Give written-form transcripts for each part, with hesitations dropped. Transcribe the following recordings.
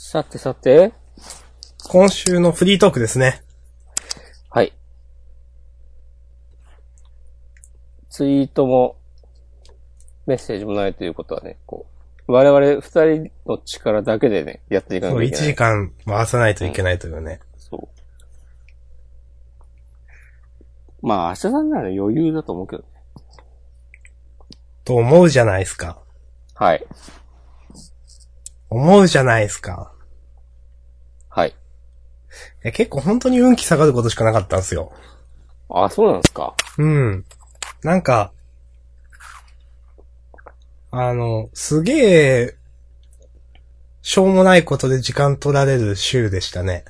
さてさて。 今週のフリートークですね。 はい。ツイートも、メッセージもないということはね、我々二人の力だけでね、やっていかなきゃいけない。 1時間回さないといけないというね。 そう。まあ、明日さんなら余裕だと思うけどね。 と思うじゃないですか。 はい。 思うじゃないですか。 はい。 結構本当に運気下がることしかなかったんですよ。 あ、そうなんですか。 うん。なんか、すげえ、しょうもないことで時間取られる週でしたね。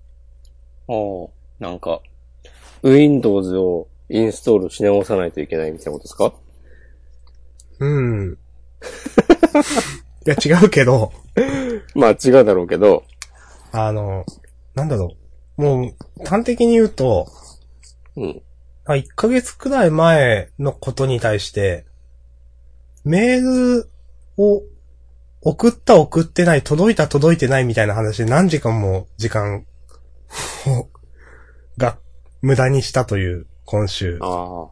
なんか、Windows をインストールし直さないといけないみたいなことですか？ うん。いや違うけど。 まあ違うだろうけど。 なんだろう。もう、端的に言うと、 うん。 1ヶ月くらい前のことに対して、メールを送ってない、届いてないみたいな話で何時間も時間をが無駄にしたという今週。も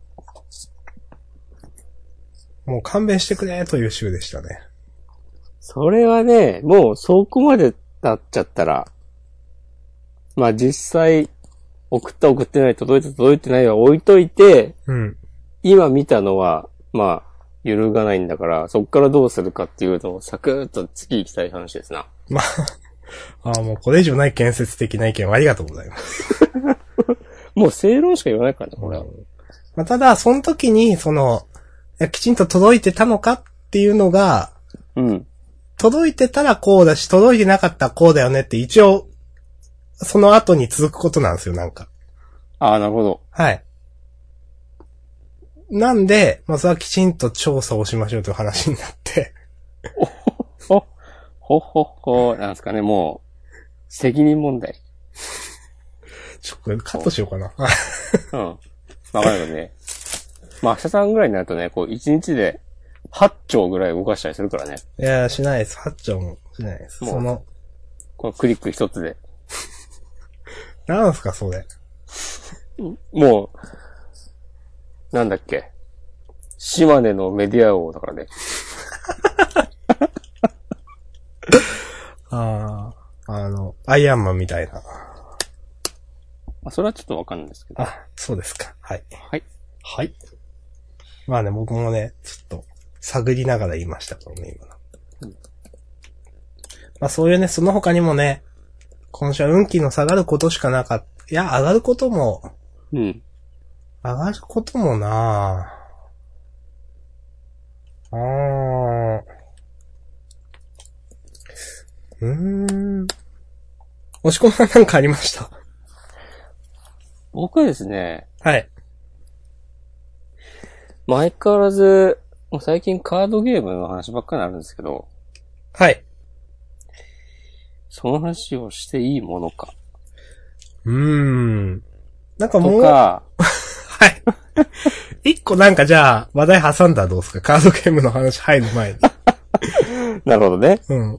う勘弁してくれという週でしたね。 それはね、もうそこまでなっちゃったら、まあ実際、送ってない、届いてないは置いといて、 うん。 今見たのは、まあ、揺るがないんだから、そっからどうするかっていうのをサクッと次行きたい話ですな。 まあ、もうこれ以上ない建設的な意見をありがとうございます。 もう正論しか言わないからね、これは。 まあ、ただ、その時に、きちんと届いてたのかっていうのが、 うん。 届いてたらこうだし、届いてなかったらこうだよねって一応、その後に続くことなんですよ、なんか。 なるほど。 はい。なんで、まあ、それはきちんと調査をしましょうという話になって。 なんすかね、もう、責任問題。 これカットしようかな。 うん。わかるよね。まあ、明日さんぐらいになるとね、1日で8兆ぐらい動かしたりするからね。 いや、しないです。8兆もしないです。 このクリック一つで。 なんすか、それ。 もう、なんだっけ。島根のメディア王だからね。 アイアンマンみたいな。 それはちょっとわかんないですけど。 そうですか。はい。 はい。 はい。まあね、僕もね、ちょっと、探りながら言いましたからね、今の。まあそういうね、その他にもね、今週は運気の下がることしかなかった。いや、上がることも、 うん。 上がることもな押し込まなんかありました？ 僕はですね、 はい。 相変わらず、もう最近カードゲームの話ばっかりになるんですけど、 はい。 その話をしていいものか。 なんかもう、 とか、 はい。一個なんかじゃあ、話題挟んだらどうですか？カードゲームの話入る前に。 なるほどね。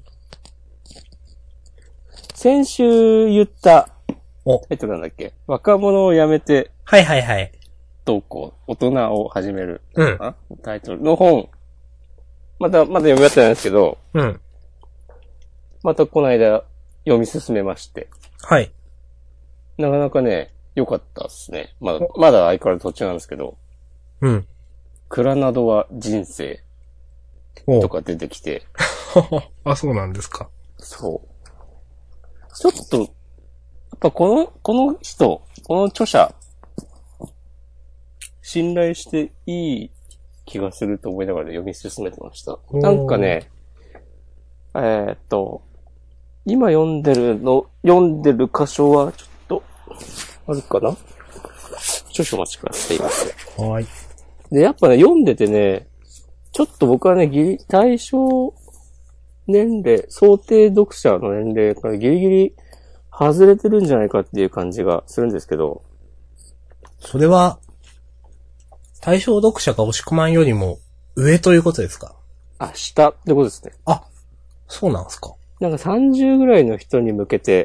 先週言った、なんだっけ、若者を辞めて、 はい。 大人を始める、タイトルの本、まだ読み終わってないんですけど、またこの間読み進めまして。 はい。 なかなかね、良かったですね。まだ相変わらず途中なんですけど。クラナドは人生とか出てきて。 そうなんですか。 そう。ちょっと、やっぱこの人、この著者、信頼していい気がすると思いながら読み進めてました。なんかね、今読んでる箇所はちょっと、あるかな？少々お待ちください。 はい。 で、やっぱね、読んでてね、ちょっと僕はね、対象年齢、想定読者の年齢からギリギリ外れてるんじゃないかっていう感じがするんですけど。 それは、対象読者が押し込まんよりも上ということですか？ 下ってことですね。 そうなんですか。 なんか30ぐらいの人に向けて、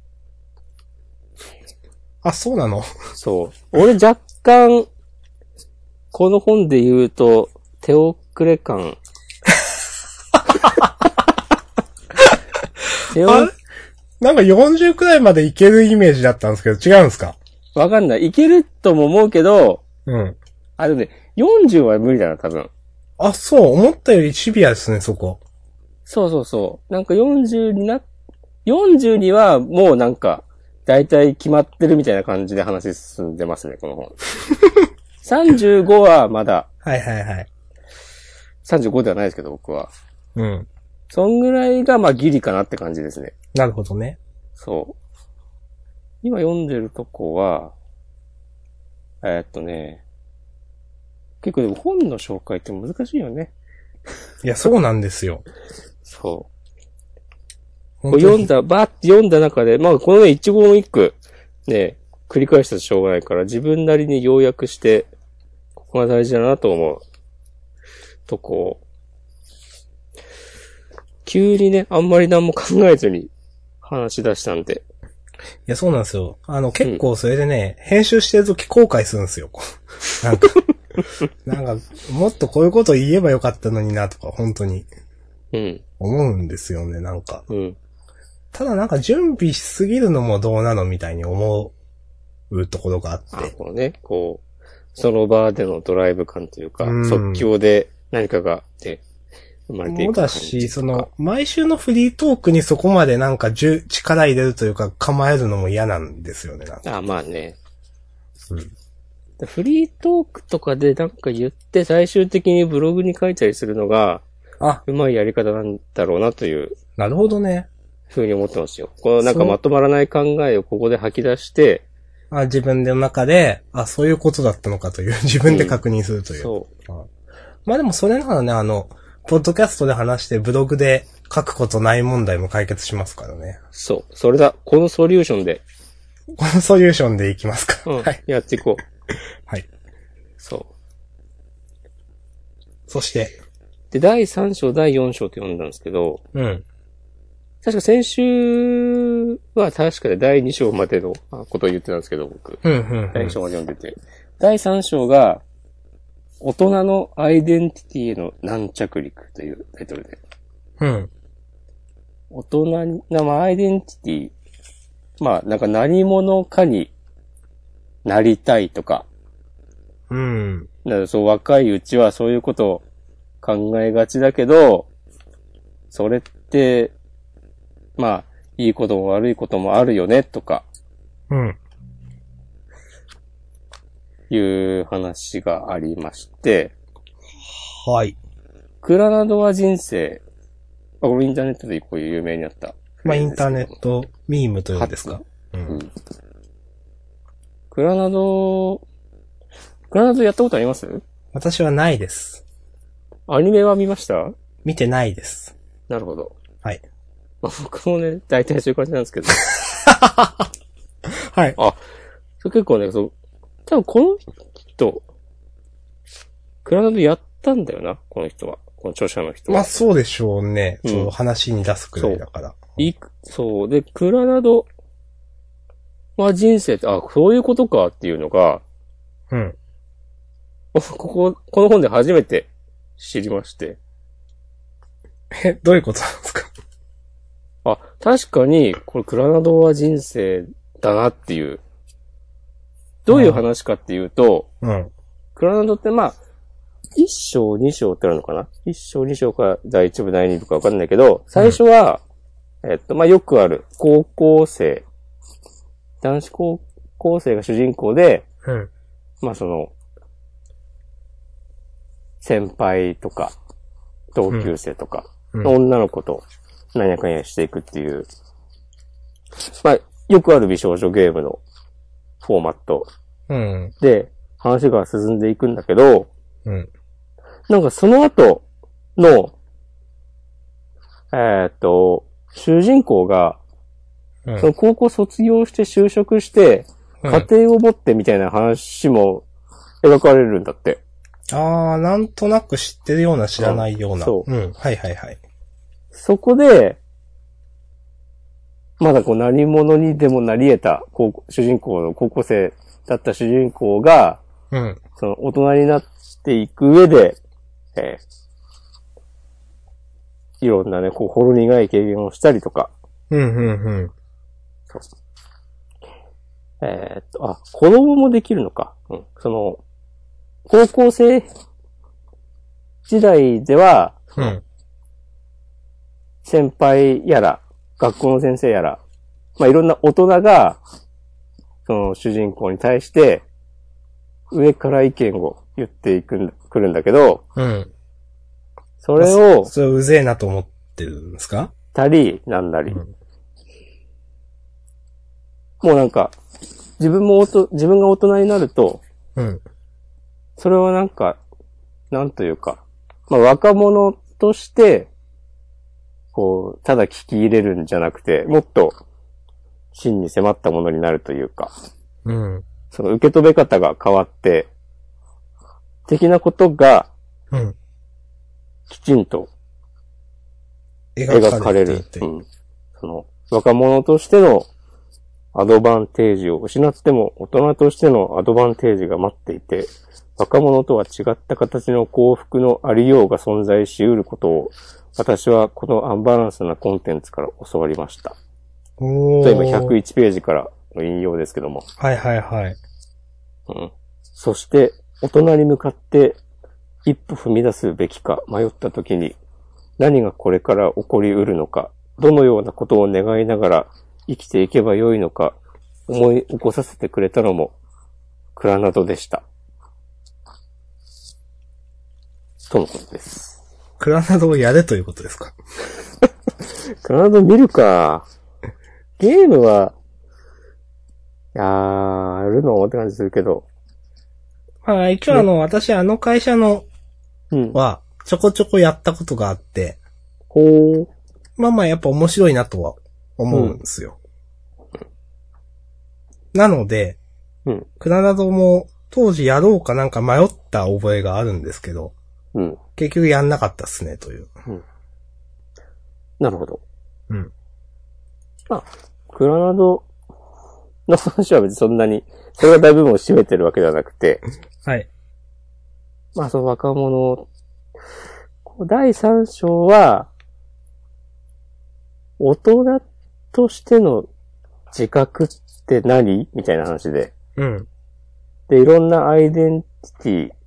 あ、そうなの？ そう。俺若干、この本で言うと、手遅れ感。 なんか40くらいまでいけるイメージだったんですけど、違うんですか？ わかんない。いけるとも思うけど、 うん。 あ、でもね、40は無理だな、多分。 あ、そう、思ったよりシビアですね、そこ。 そうそうそう。なんか40にはもうなんか、だいたい決まってるみたいな感じで話進んでますね、この本。35はまだ、 はいはいはい。 35ではないですけど、僕は。 うん。 そんぐらいが、まあギリかなって感じですね。 なるほどね。 そう。今読んでるとこは、結構でも本の紹介って難しいよね。 いや、そうなんですよ。 そう。 本当にバーって読んだ中で、まあこのね、一言一句、ね、繰り返したらしょうがないから、自分なりに要約して、ここが大事だなと思うとこ。急にね、あんまり何も考えずに話し出したんで。 いや、そうなんですよ。結構それでね、編集してるとき後悔するんですよ。なんか、もっとこういうこと言えばよかったのになとか、本当に。 うん。 思うんですよね、なんか。 うん。 ただなんか準備しすぎるのもどうなのみたいに思うところがあって。 こうね、こう、その場でのドライブ感というか、 うん即興で何かが、ね、生まれていく感じとか。 そうだし、毎週のフリートークにそこまでなんか力入れるというか構えるのも嫌なんですよね、なんか。 まあね。 うん。 フリートークとかでなんか言って最終的にブログに書いたりするのが、うまいやり方なんだろうなという。 なるほどね。 ふうに思ってますよ。このなんかまとまらない考えをここで吐き出して、 自分の中で、そういうことだったのかという、自分で確認するという。 そう。 まあでもそれならね、ポッドキャストで話してブログで書くことない問題も解決しますからね。 そう。それだ。このソリューションで。 このソリューションでいきますか。 はい。やっていこう。 はい。 そう。 そして。 で、第3章、第4章って読んだんですけど、 うん。 確か先週は確かで第2章までのことを言ってたんですけど、僕。 うん。 第2章まで読んでて。第3章が、大人のアイデンティティへの軟着陸というタイトルで。 うん。 大人のアイデンティティ、まあ、なんか何者かになりたいとか。 うん。 だからそう若いうちはそういうことを考えがちだけど、それって、まあ、いいことも悪いこともあるよね、とか。 うん。 いう話がありまして。 はい。 クラナドは人生。これインターネットでこういう有名になった。 まあ、インターネットミームというんですか。 うん。クラナドやったことあります？ 私はないです。 アニメは見ました？ 見てないです。 なるほど。 はい。 まあ、僕もね、大体そういう感じなんですけど。 はい。 それ結構ね、多分この人、クラナドやったんだよな、この人は。この著者の人は。 まあそうでしょうね。 うん、 そう、話に出すくらいだから。 そう。で、クラナドは人生って、そういうことかっていうのが、 うん。 この本で初めて知りまして。 どういうことなんですか？ 確かに、これクラナドは人生だなっていう。どういう話かっていうと、 うん。 クラナドってまあ、1章2章ってあるのかな？ 1 章2章か第1部第2部かわかんないけど、最初は、まあよくある高校生、男子高校生が主人公で、 うん。 まあ先輩とか、同級生とか、女の子と何やかんやしていくっていう、まあよくある美少女ゲームのフォーマットで話が進んでいくんだけど、 うん。 なんかその後の、主人公が、その高校卒業して就職して、家庭を持ってみたいな話も描かれるんだって。 なんとなく知ってるような知らないような。 そう。 うん。はいはいはい。 そこで、 まだこう何者にでもなり得た主人公の高校生だった主人公が、 うん。 その大人になっていく上で、いろんなね、こう、ほろ苦い経験をしたりとか。 うん、うん、うん。 そう子供もできるのか。うん。その、高校生時代では、 うん。 先輩やら、学校の先生やら、まあ、いろんな大人が、その主人公に対して、上から意見を言ってくるんだけど、 うん。 それを、 それうぜえなと思ってるんですか？ たり、なんだり。 うん、 もうなんか、自分が大人になると、 うん。 それはなんか、なんというか、まあ若者として、こう、ただ聞き入れるんじゃなくて、もっと、真に迫ったものになるというか、 うん。 その受け止め方が変わって、的なことが、 うん。 きちんと描かれる。うん。その、若者としてのアドバンテージを失っても大人としてのアドバンテージが待っていて、若者とは違った形の幸福のありようが存在し得ることを、私はこのアンバランスなコンテンツから教わりました。 おー。 と今101ページからの引用ですけども。 はいはいはい。 うん。そして、大人に向かって一歩踏み出すべきか迷った時に、何がこれから起こり得るのか、どのようなことを願いながら生きていけばよいのか、思い起こさせてくれたのも、クラナドでした。とのことです。 クラナドをやれということですか？ クラナド見るか。ゲームは、やるのって感じするけど。 まあ一応私会社のはちょこちょこやったことがあって、 ほー。 まあまあやっぱ面白いなとは思うんですよ。なので、クラナドも当時やろうかなんか迷った覚えがあるんですけど、結局やんなかったっすね、という。 なるほど。 まあ、クラナドの話は別にそんなに、それが大部分を占めてるわけではなくて、 はい。 まあその若者、第3章は、大人としての自覚って何みたいな話で。で、いろんなアイデンティテ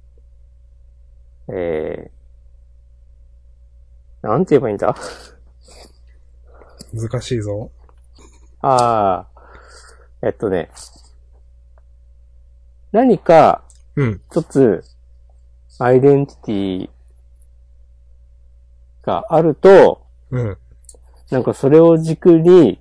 ィ、なんて言えばいいんだ？ 難しいぞ。 何か、一つ、アイデンティティがあると、なんかそれを軸に、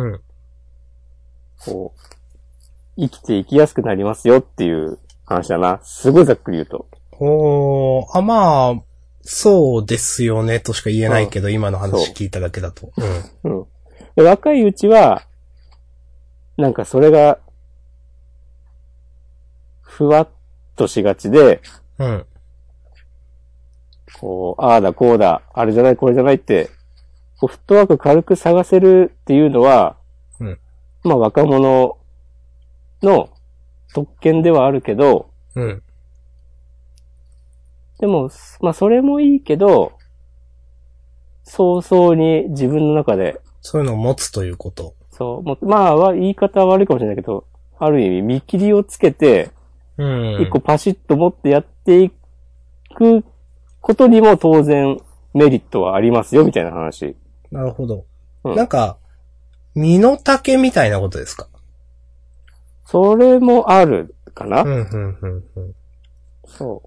こう、生きていきやすくなりますよっていう話だな。すごいざっくり言うと。 まあ、そうですよねとしか言えないけど、今の話聞いただけだと。 で、若いうちは、なんかそれが、ふわっとしがちで、こう、ああだこうだ、あれじゃないこれじゃないって、こうフットワーク軽く探せるっていうのは、まあ若者の特権ではあるけど、でも、まあそれもいいけど、早々に自分の中で、 そういうのを持つということ。 そう、まあ言い方は悪いかもしれないけど、ある意味見切りをつけて、一個パシッと持ってやっていくことにも当然メリットはありますよ、みたいな話。 なるほど。なんか、身の丈みたいなことですか？ それもあるかな？そう。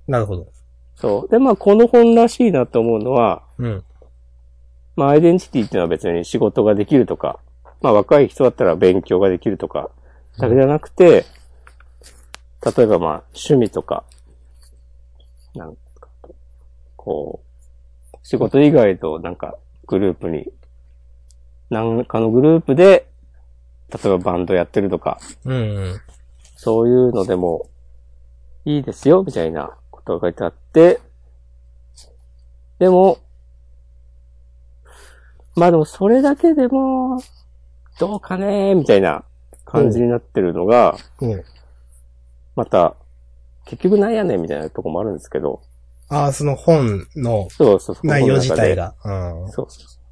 なるほど。 そう。で、まあこの本らしいなと思うのは、まあアイデンティティっていうのは別に仕事ができるとか、まあ若い人だったら勉強ができるとか、だけじゃなくて、例えばまあ趣味とか、なんか、こう、仕事以外となんかグループに、何かのグループで、例えばバンドやってるとか、そういうのでもいいですよ、みたいなことが書いてあって、でも、 まあでもそれだけでも、どうかねーみたいな感じになってるのが、また、結局なんやねんみたいなとこもあるんですけど。 ああ、その本のそうそうそう。 内容自体が。 そうそうそう。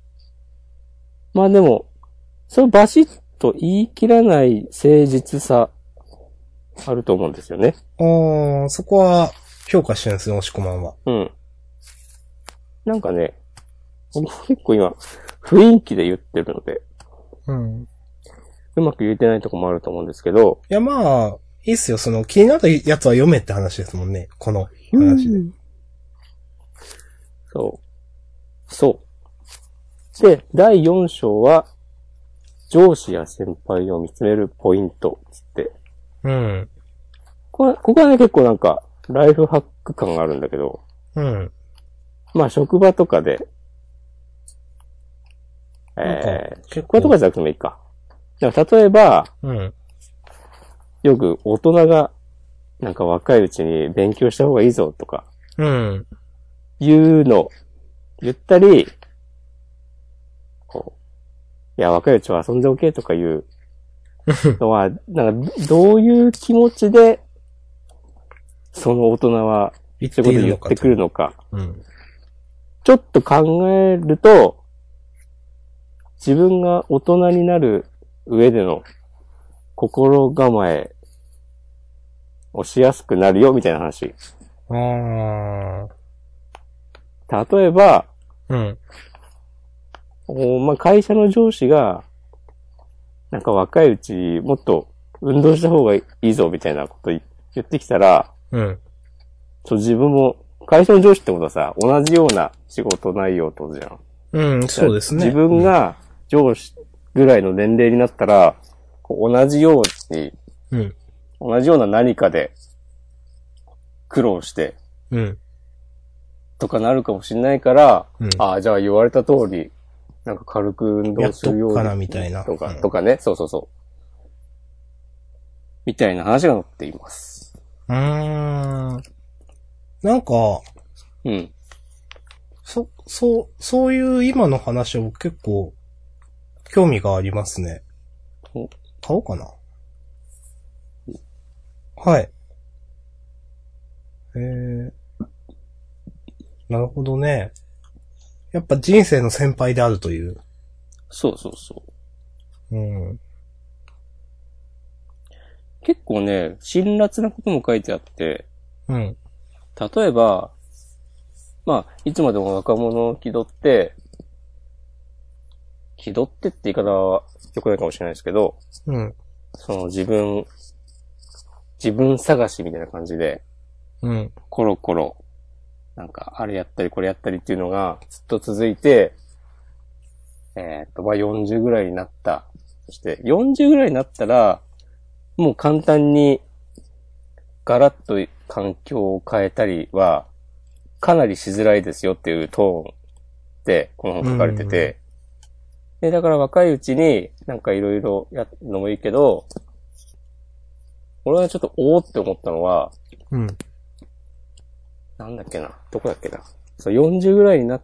まあでも、それをバシッと言い切らない誠実さ、あると思うんですよね。 そこは評価してるんですよ、押し込まんは。 うん。なんかね、僕結構今、雰囲気で言ってるので、 うん。 うまく言えてないとこもあると思うんですけど。 いや、まあ、いいっすよ。その、気になったやつは読めって話ですもんね。この話で。 そう。そう。で、第4章は、上司や先輩を見つめるポイント、つって。 うん。 ここはね、結構なんか、ライフハック感があるんだけど。 うん。 まあ、職場とかで、職場とかじゃなくてもいいか。だから例えば、 うん。 よく大人が、なんか若いうちに勉強した方がいいぞとか、 うん。 いうの、言ったり、こう、いや、若いうちは遊んでおけとかいうのは、なんか、どういう気持ちで、その大人は、そういうこと言ってくるのか。 うん。 ちょっと考えると、自分が大人になる上での心構えをしやすくなるよ、みたいな話。例えば、 うん。 まあ、会社の上司が、なんか若いうちもっと運動した方がいいぞ、みたいなこと言ってきたら、 うん。 自分も、会社の上司ってことはさ、同じような仕事内容ってことじゃん。 うん、そうですね。 自分が上司ぐらいの年齢になったら、同じように、 うん。 同じような何かで苦労して、 うん。 とかなるかもしれないから、 うん、 じゃあ言われた通り、なんか軽く運動するように。 やっとくかな、みたいな。 とかね。そうそうそう。みたいな話が載っています。 なんか、 うん。 そういう今の話を結構、興味がありますね。買おうかな。はい。なるほどね。やっぱ人生の先輩であるという。 そうそうそう。 うん。 結構ね、辛辣なことも書いてあって、 うん。 例えば、まあ、いつまでも若者を気取ってって言い方は良くないかもしれないですけど、 うん。 その自分探しみたいな感じで、 うん。 コロコロ、なんか、あれやったりこれやったりっていうのがずっと続いて、まあ、40ぐらいになった。そして、40ぐらいになったら、もう簡単に、ガラッと環境を変えたりは、かなりしづらいですよっていうトーンで、この本書かれてて、で、だから若いうちになんかいろいろやるのもいいけど、俺はちょっとおーって思ったのは、 うん。 なんだっけな、どこだっけな。そう、40ぐらいになって、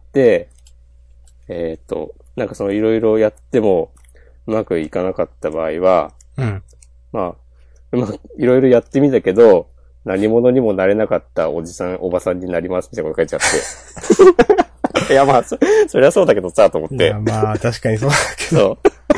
なんかそのいろいろやってもうまくいかなかった場合は、 うん。 まあ、いろいろやってみたけど、何者にもなれなかったおじさん、おばさんになりますみたいなこと書いちゃって。いやまあ、そりゃそうだけどさ、と思って。いやまあ、確かにそうだけど。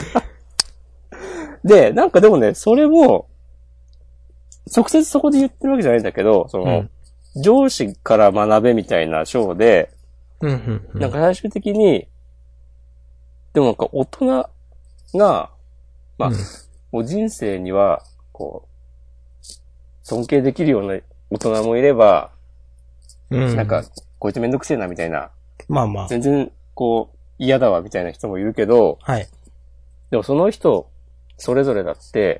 そう。で、なんかでもね、それも、直接そこで言ってるわけじゃないんだけど、その、上司から学べみたいな章で、なんか最終的に、でもなんか大人が、まあ、もう人生には、こう、尊敬できるような大人もいれば、なんか、こいつめんどくせえなみたいな。 まあまあ。 全然、こう、嫌だわみたいな人もいるけど、 はい。 でもその人、それぞれだって、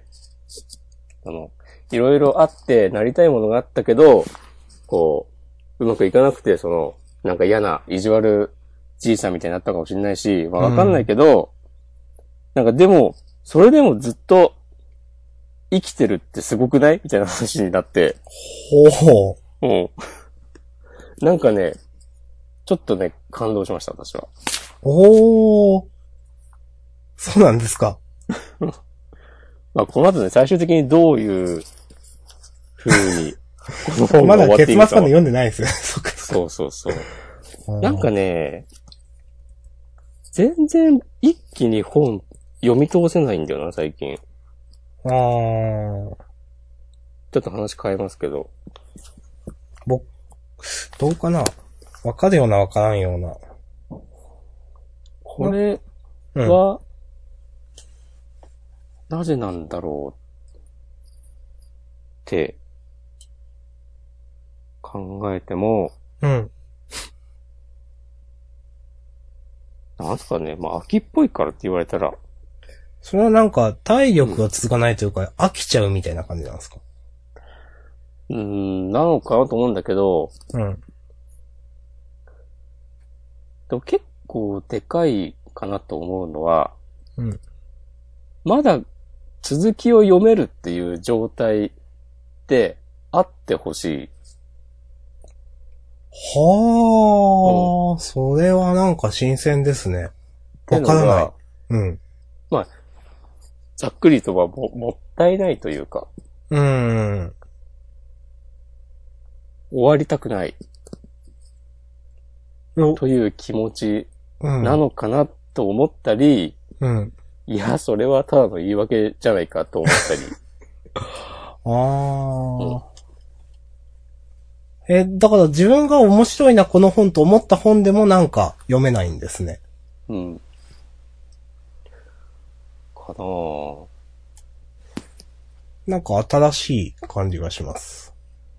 いろいろあって、なりたいものがあったけど、こう、うまくいかなくて、なんか嫌な、意地悪じいさんみたいになったかもしれないし、まあわかんないけど、なんかでも、それでもずっと、生きてるってすごくないみたいな話になって。 ほう。 うん。なんかね、ちょっとね、感動しました、私は。 おー。 そうなんですか。 まあ、この後ね、最終的にどういう風に、この本まが終わっていくかだ結末まで読んでないですよ。 そうそうそう。 うんなんかね、全然一気に本読み通せないんだよな、最近。 あーちょっと話変えますけど。 どうかなわかるようなわからんような。 これうん。 は、なぜなんだろうって考えても、 うん。 なんすかね、まあ秋っぽいからって言われたら、 それはなんか体力が続かないというか、飽きちゃうみたいな感じなんですか？ なのかなと思うんだけど、 うん。 でも結構でかいかなと思うのは、 うん。 まだ続きを読めるっていう状態であってほしい。 はあ、それはなんか新鮮ですね。わからない。うん。 まあ、ざっくりとはもったいないというか、 うーん。 終わりたくないよという気持ちうん。 なのかなと思ったり、 うん。 いや、それはただの言い訳じゃないかと思ったり。 ああ。だから自分が面白いな、この本と思った本でもなんか読めないんですね。 うん。かなぁ。 なんか新しい感じがします。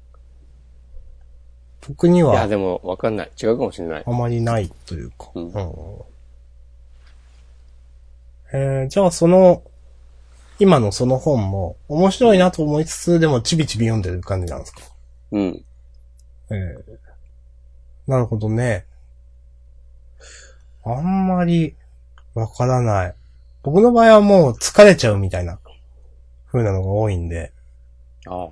僕にいや、 はでもわかんない。違うかもしれない。 あまりないというか。 うんじゃあ今のその本も面白いなと思いつつ、でもちびちび読んでる感じなんですか？ うん。 なるほどね。あんまりわからない。僕の場合はもう疲れちゃうみたいな風なのが多いんで、 ああ。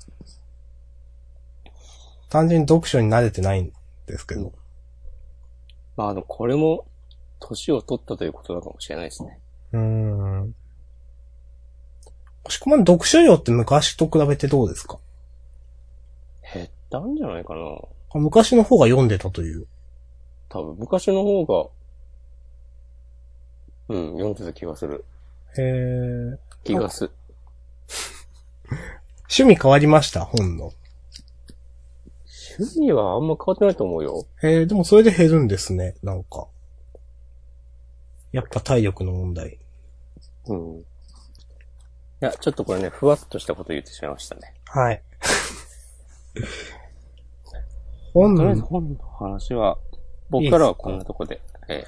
単純に読書に慣れてないんですけど。 まあでもこれも、年を取ったということなのかもしれないですね。 もしくは読書量って昔と比べてどうですか？ 減ったんじゃないかな。 昔の方が読んでたという。 多分、昔の方が、読んでた気がする。気がする。 趣味変わりました本の。 趣味はあんま変わってないと思うよ。 でもそれで減るんですね、なんか。やっぱ体力の問題。 うん。いや、ちょっとこれね、ふわっとしたこと言ってしまいましたね。 はい。 とりあえず本の話は、僕からはこんなとこで。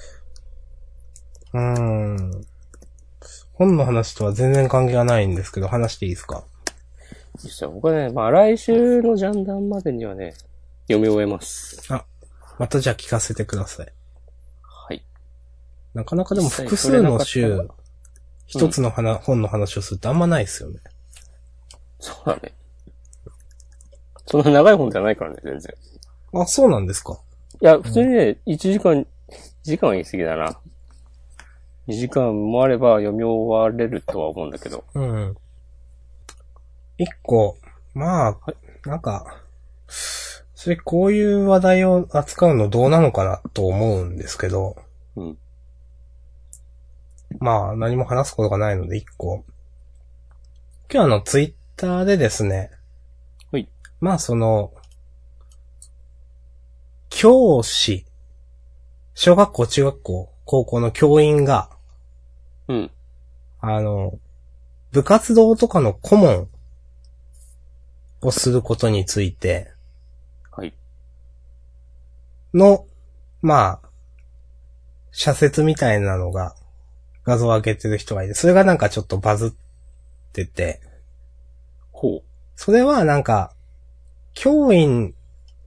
本の話とは全然関係がないんですけど、話していいですか？ いいっすよ。僕はね、まあ来週のジャンダンまでにはね、読み終えます。 またじゃあ聞かせてください。 はい。 なかなかでも複数の週、一つの本の話をするってあんまないですよね。 そうだね。そんな長い本じゃないからね、全然。 あ、そうなんですか。 いや、普通にね、1時間は言い過ぎだな。2時間もあれば読み終われるとは思うんだけど。 一個、まあ、なんか、こういう話題を扱うのどうなのかなと思うんですけど、まあ、何も話すことがないので一個。今日ツイッターでですね、 はい。 まあ教師、小学校、中学校、高校の教員が、部活動とかの顧問をすることについて、 はい。 まあ、社説みたいなのが、画像を上げてる人がいて、それがなんかちょっとバズってて、それはなんか、教員、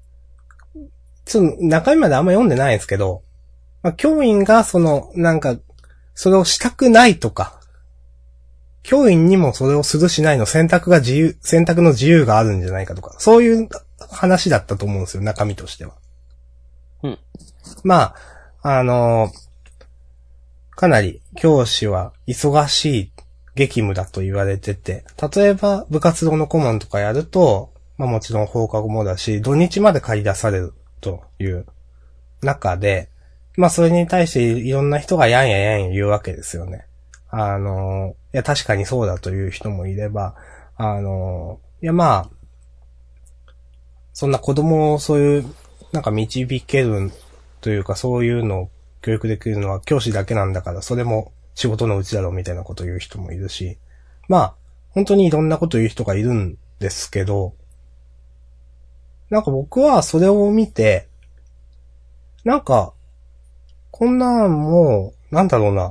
中身まであんま読んでないんですけど、まあ、教員がなんか、それをしたくないとか、教員にもそれをするしないの選択の自由があるんじゃないかとか、そういう話だったと思うんですよ、中身としては。まあ、 かなり教師は忙しい激務だと言われてて、例えば部活動の顧問とかやると、まあもちろん放課後もだし、土日まで借り出されるという中で、まあそれに対していろんな人がやんややんや言うわけですよね。いや確かにそうだという人もいれば、いやまあ、そんな子供をそういう、なんか導けるというかそういうのを教育できるのは教師だけなんだから、それも仕事のうちだろうみたいなことを言う人もいるし、まあ、本当にいろんなことを言う人がいるんですけど、なんか僕はそれを見て、なんか、こんなんもう、なんだろうな。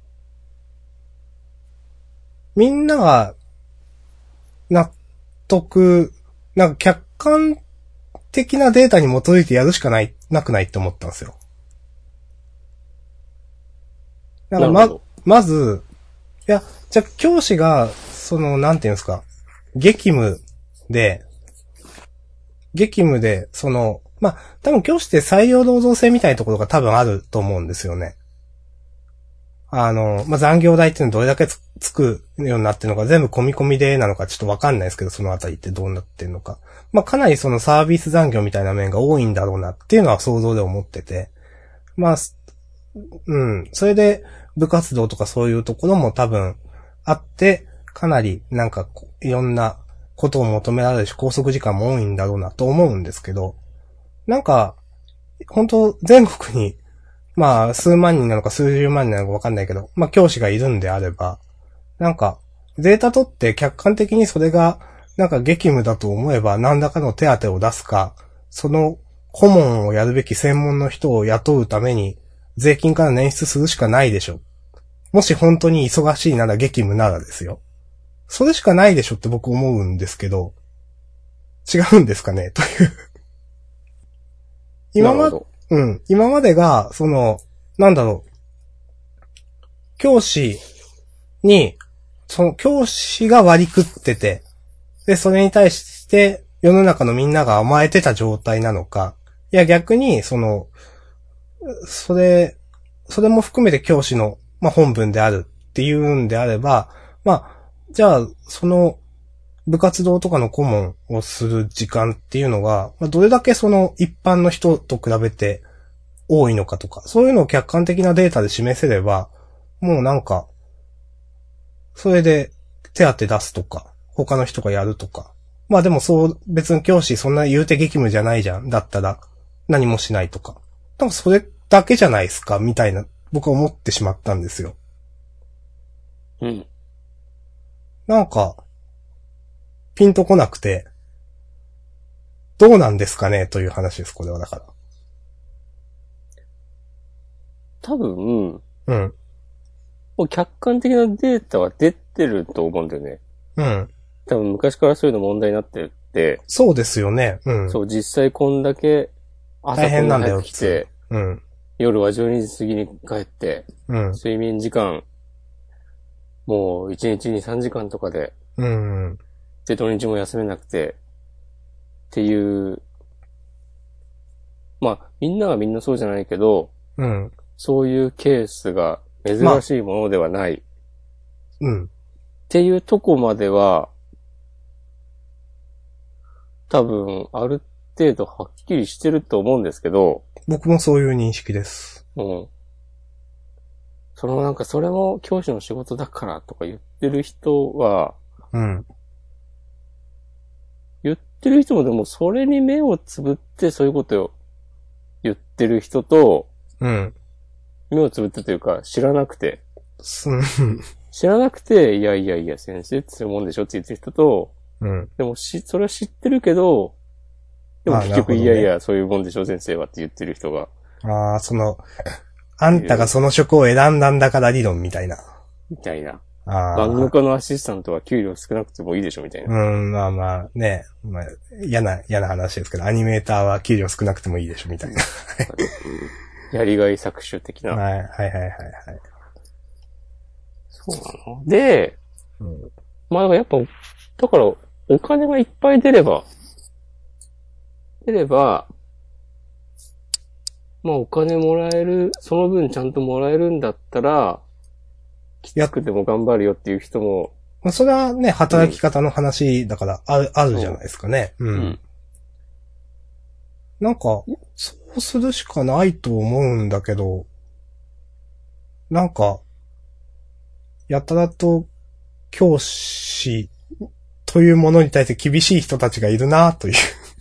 みんなが、納得、なんか客観的なデータに基づいてやるしかなくないって思ったんですよ。なんかまず、いや、じゃあ教師が、なんていうんですか、激務で、まあ、多分教師って採用労働制みたいなところが多分あると思うんですよね。まあ、残業代っていうのはどれだけつくようになってるのか、全部込み込みでなのかちょっとわかんないですけど、そのあたりってどうなってるのか。まあ、かなりそのサービス残業みたいな面が多いんだろうなっていうのは想像で思ってて。まあ、それで部活動とかそういうところも多分あって、かなりなんかいろんなことを求められるし、拘束時間も多いんだろうなと思うんですけど、なんか、本当全国に、まあ、数万人なのか数十万人なのかわかんないけど、まあ、教師がいるんであれば、なんか、データ取って客観的にそれが、なんか激務だと思えば何らかの手当を出すか、その顧問をやるべき専門の人を雇うために、税金から捻出するしかないでしょ。もし本当に忙しいなら激務ならですよ。それしかないでしょって僕思うんですけど、違うんですかねという今までが、なんだろう。教師に、教師が割り食ってて、で、それに対して世の中のみんなが甘えてた状態なのか、いや逆に、それも含めて教師の、まあ、本分であるっていうんであれば、まあ、じゃあ、部活動とかの顧問をする時間っていうのが、まあ、どれだけ一般の人と比べて多いのかとか、そういうのを客観的なデータで示せれば、もうなんか、それで手当出すとか、他の人がやるとか。まあでも別に教師そんな言うて激務じゃないじゃん。だったら何もしないとか。多分それだけじゃないですか、みたいな、僕は思ってしまったんですよ。 うん。 なんか、ピンとこなくて、どうなんですかねという話です、これはだから。 多分、 うん。 もう客観的なデータは出てると思うんだよね。 うん。 多分昔からそういうの問題になってて。 そうですよね。うん。 そう、実際こんだけ朝こんな早く来て、 うん。 夜は12時過ぎに帰って、 うん。 睡眠時間、もう1日に3時間とかで、 うん。 で、土日も休めなくて、っていう、まあ、みんながみんなそうじゃないけど、 うん。 そういうケースが珍しいものではない。 うん。 っていうとこまでは、多分、ある程度はっきりしてると思うんですけど、 僕もそういう認識です。 うん。なんかそれも教師の仕事だからとか言ってる人は、 うん。 言ってる人もでもそれに目をつぶってそういうことを言ってる人と、 うん。 目をつぶってというか知らなくて、 知らなくて、いやいやいや先生ってそういうもんでしょって言ってる人と、 うん。 でもそれは知ってるけど、でも結局、いやいやそういうもんでしょ先生はって言ってる人が。 ああ、あんたがその職を選んだんだから理論みたいな。 みたいな。 ああ。 漫画家のアシスタントは給料少なくてもいいでしょみたいな。 まあまあね、まあ、嫌な話ですけど、アニメーターは給料少なくてもいいでしょみたいな。 やりがい搾取的な。 はい、はいはいはいはい。 そうなので、 うん、 まあやっぱ、だから、お金がいっぱい出れば、 まあお金もらえる、その分ちゃんともらえるんだったら、きつくても頑張るよっていう人も、 まあ、それはね、働き方の話だから、あるじゃないですかね。うん。なんか、そうするしかないと思うんだけど、なんか、やたらと教師というものに対して厳しい人たちがいるなという。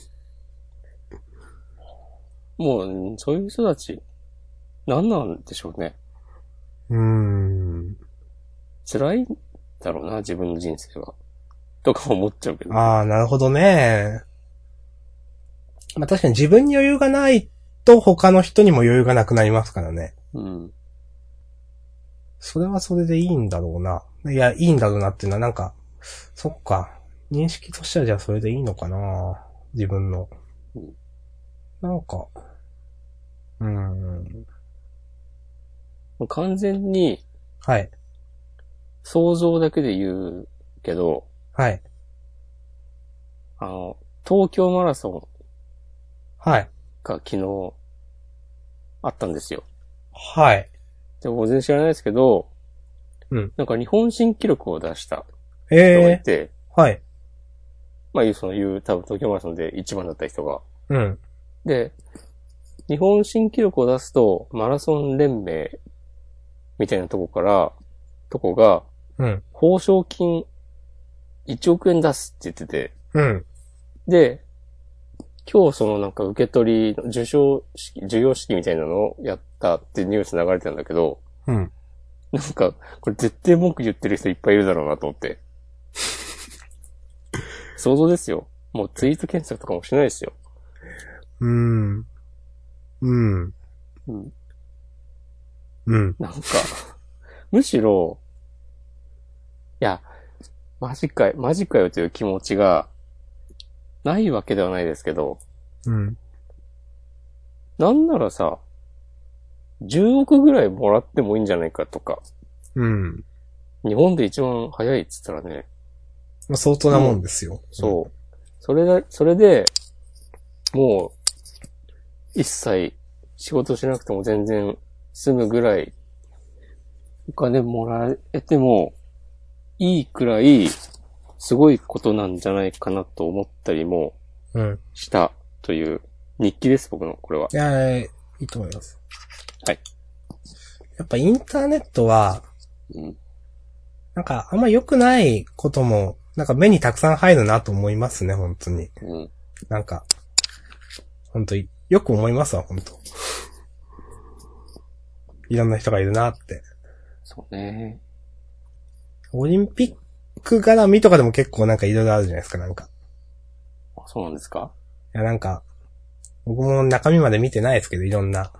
もう、そういう人たち、何なんでしょうね。辛いんだろうな、自分の人生は。とか思っちゃうけど。 ああ、なるほどね。まあ確かに自分に余裕がないと他の人にも余裕がなくなりますからね。 うん。 それはそれでいいんだろうな。いや、いいんだろうなっていうのはなんか、そっか。認識としてはじゃあそれでいいのかな。自分の。なんか、 完全に、 はい。 想像だけで言うけど、 はい。 東京マラソンはい。 が昨日あったんですよ。 はい。 でも全然知らないですけど、なんか日本新記録を出した人がいて、 はい。 まあ多分東京マラソンで一番だった人が。 うん。 で、日本新記録を出すと、マラソン連盟みたいなとこが、報奨金1億円出すって言ってて、で、今日そのなんか受け取りの授業式みたいなのをやったってニュース流れてたんだけど、なんか、これ絶対文句言ってる人いっぱいいるだろうなと思って。想像ですよ。もうツイート検索とかもしないですよ。なんか、むしろ、いや、マジかよという気持ちが、ないわけではないですけど、なんならさ、10億ぐらいもらってもいいんじゃないかとか。日本で一番早いっつったらね。 まあ、相当なもんですよ。 そう。それで、もう、一切仕事しなくても全然済むぐらい、お金もらえてもいいくらい、すごいことなんじゃないかなと思ったりも、したという日記です、僕の、これは。 いや、いいと思います。 はい。 やっぱインターネットは、なんかあんま良くないことも、なんか目にたくさん入るなと思いますね、本当に。なんか、本当によく思いますわ、本当。いろんな人がいるなって。 そうね。 オリンピック絡みとかでも結構なんかいろいろあるじゃないですか、なんか。 あ、そうなんですか？ いや、なんか、僕も中身まで見てないですけど、いろんな。わ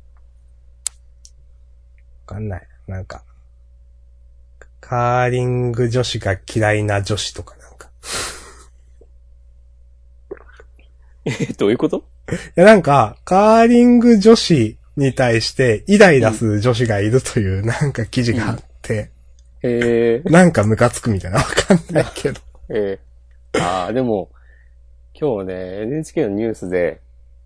かんない。なんか、カーリング女子が嫌いな女子とかなんか。 どういうこと？ いや、なんか、カーリング女子に対してイライラする女子がいるというなんか記事があって、なんかムカつくみたいなわかんないけど。 ああ、でも、今日ね、NHK のニュースで、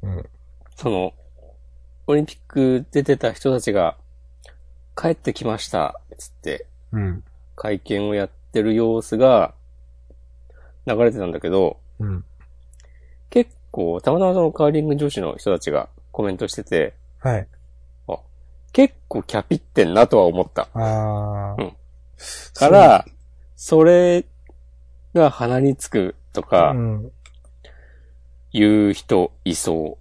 オリンピック出てた人たちが帰ってきました、つって、会見をやってる様子が流れてたんだけど、結構、たまたまそのカーリング女子の人たちがコメントしてて、結構キャピってんなとは思った。から、それが鼻につくとか、言う人いそう。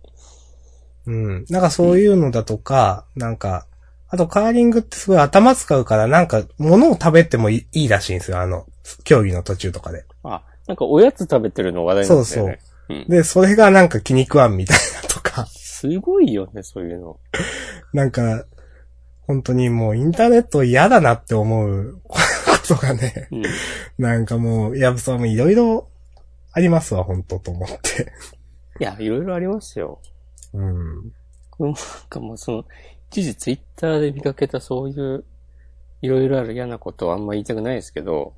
なんかそういうのだとか、なんか、あとカーリングってすごい頭使うからなんか物を食べてもいいらしいんですよ、競技の途中とかで。 なんかおやつ食べてるの話題になってね。 で、それがなんか気に食わんみたいなとか。 すごいよね、そういうの。 なんか、本当にもうインターネット嫌だなって思うことがね、なんかもう、いや、そう、いろいろありますわ、本当と思って。 いや、いろいろありますよ。なんかもう一時ツイッターで見かけたそういう、いろいろある嫌なことはあんま言いたくないですけど、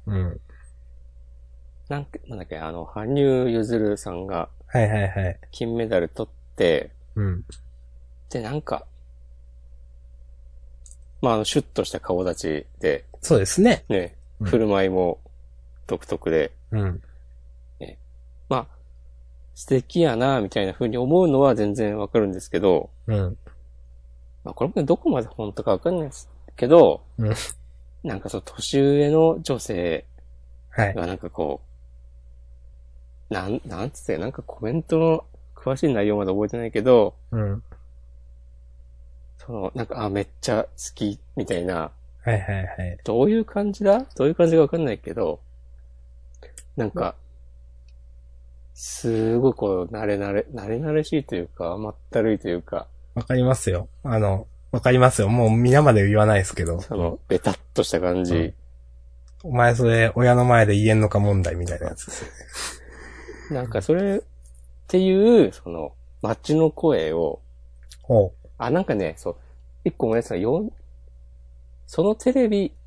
なんだっけ、羽生結弦さんが、金メダル取って、 で、なんか、まあ、シュッとした顔立ちで、 そうですね。 ね、 うん振る舞いも独特で、 うん。 まあ、素敵やな、みたいな風に思うのは全然わかるんですけど、 うん。 まあ、これもねどこまで本当かわかんないですけど、 うん。 なんかそう、年上の女性はい。 がなんかこう、なんつって、なんかコメントの詳しい内容まで覚えてないけど、 うん。 その、なんか、めっちゃ好き、みたいな、 はいはいはい。 どういう感じかわかんないけど、なんか、すごいこう、慣れしいというか、甘ったるいというか、 わかりますよ。わかりますよ。もう皆まで言わないですけど。 その、ベタっとした感じ、 うんお前それ、親の前で言えんのか問題みたいなやつですよね。 なんかそれっていう、その、街の声を、 ほなんかね、そう、一個思い出したのが、そのテレビ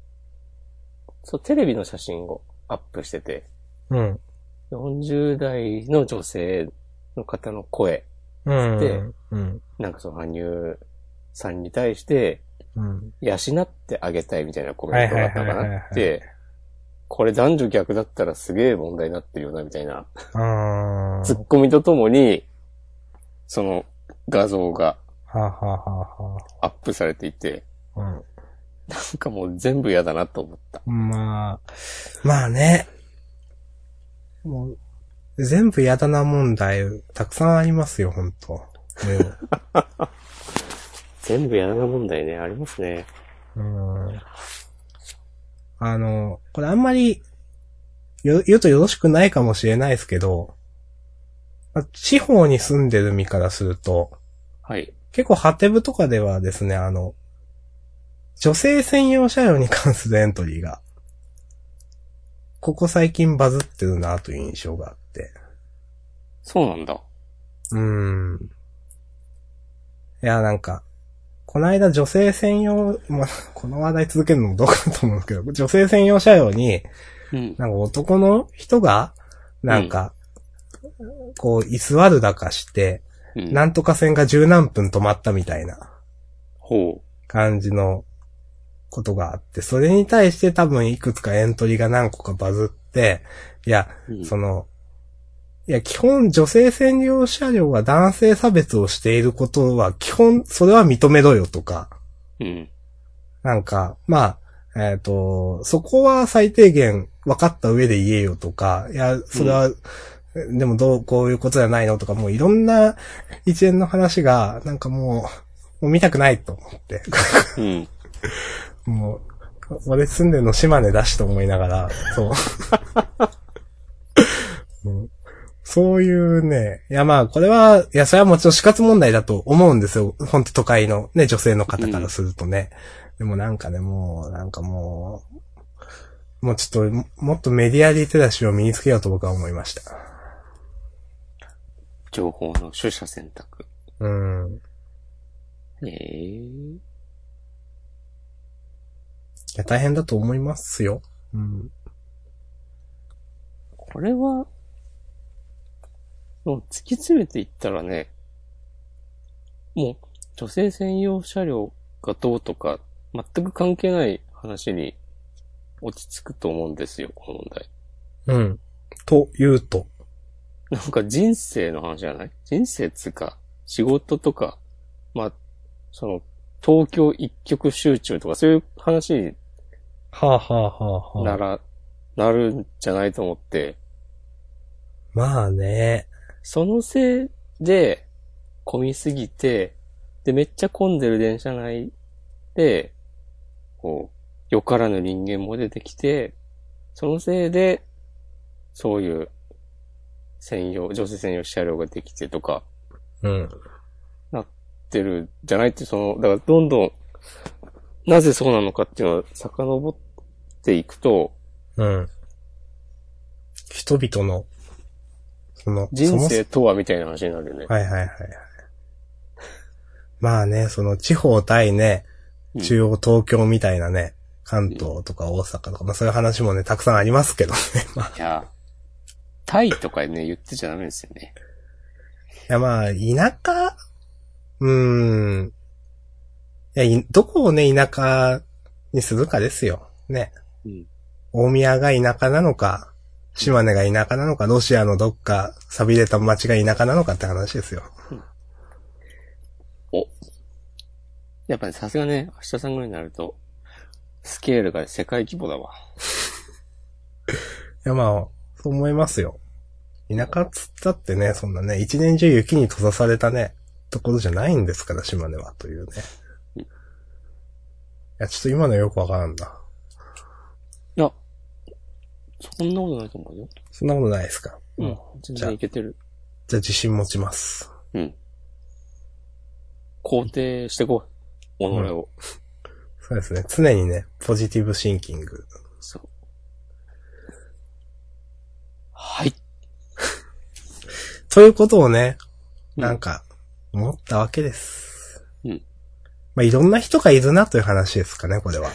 の写真をアップしてて、 う。うん。 40代の女性の方の声うん。 で、 うん。 なんかその羽生さんに対して、 うん。 養ってあげたいみたいなコメントがあったのかはいはいはいはいはないで、これ男女逆だったらすげえ問題になってるよな、みたいな、ツッコミとともに、その画像がはあ、はあはアップされていて、 あはあ、 なんかもう全部嫌だなと思った。 まあね。もう、全部やだな問題、たくさんありますよ、ほんと。 全部嫌だな問題ね、ありますね。 これあんまり言うとよろしくないかもしれないですけど、地方に住んでる身からすると、 はい。 結構ハテブとかではですね、女性専用車両に関するエントリーが、ここ最近バズってるなという印象があって。 そうなんだ。 いや、なんか、この間女性専用、まあ、この話題続けるのもどうかと思うんですけど、女性専用車両に、 うん。 なんか男の人が、なんか、こう、居座るだかして、 うん、 なんとか線が十何分止まったみたいな、 ほう。 感じのことがあって、それに対して多分いくつかエントリーが何個かバズって、いや、基本女性専用車両は男性差別をしていることは、基本それは認めろよとか、 うん。 なんか、まあ、そこは最低限分かった上で言えよとか、いや、それは、でもこういうことじゃないのとか、もういろんな一連の話が、なんかもう見たくないと思って。 うん。 もう、俺住んでるの島根だしと思いながら、そう。そういうね、いやまあこれは、いやそれはもちろん死活問題だと思うんですよ。本当都会のね、女性の方からするとね。でもなんかね、もうちょっと、もっとメディアリテラシーを身につけようと僕は思いました。 情報の取捨選択。 いや、大変だと思いますよ。 これは、もう突き詰めていったらね、もう女性専用車両がどうとか、全く関係ない話に落ち着くと思うんですよ、この問題。 というと。 なんか人生の話じゃない？人生つうか、仕事とか、まあ、その、東京一極集中とかそういう話になるんじゃないと思って。 まあね。 そのせいで、混みすぎて、で、めっちゃ混んでる電車内で、こう、よからぬ人間も出てきて、そのせいで、そういう女性専用車両ができてとか、なってるじゃないって、だからどんどん、なぜそうなのかっていうのを遡っていくと、 人々の、 人生とはみたいな話になるよね。 はい。まあね、地方対ね、中央東京みたいなね、関東とか大阪とか、まあそういう話もね、たくさんありますけどね。 いや、タイとかね、言ってちゃダメですよね。 いやまあ、田舎どこをね、田舎にするかですよ。ね。 うん。 大宮が田舎なのか、島根が田舎なのか、ロシアのどっか寂れた町が田舎なのかって話ですよ。 お。やっぱりさすがね、明日さんぐらいになると、スケールが世界規模だわ。 いやまあ、そう思いますよ。田舎っつったってね、そんなね、一年中雪に閉ざされたね、ところじゃないんですから、島根は、というね。いや、ちょっと今のよくわからんな。 いや、そんなことないと思うよ。 そんなことないですか。 うん。全然いけてる。 じゃあ自信持ちます。 うん。肯定してこう。己を。 そうですね。常にね、ポジティブシンキング。 そう。はい。 ということをね、なんか、思ったわけです。 うん。 まあ、いろんな人がいるなという話ですかね、これは。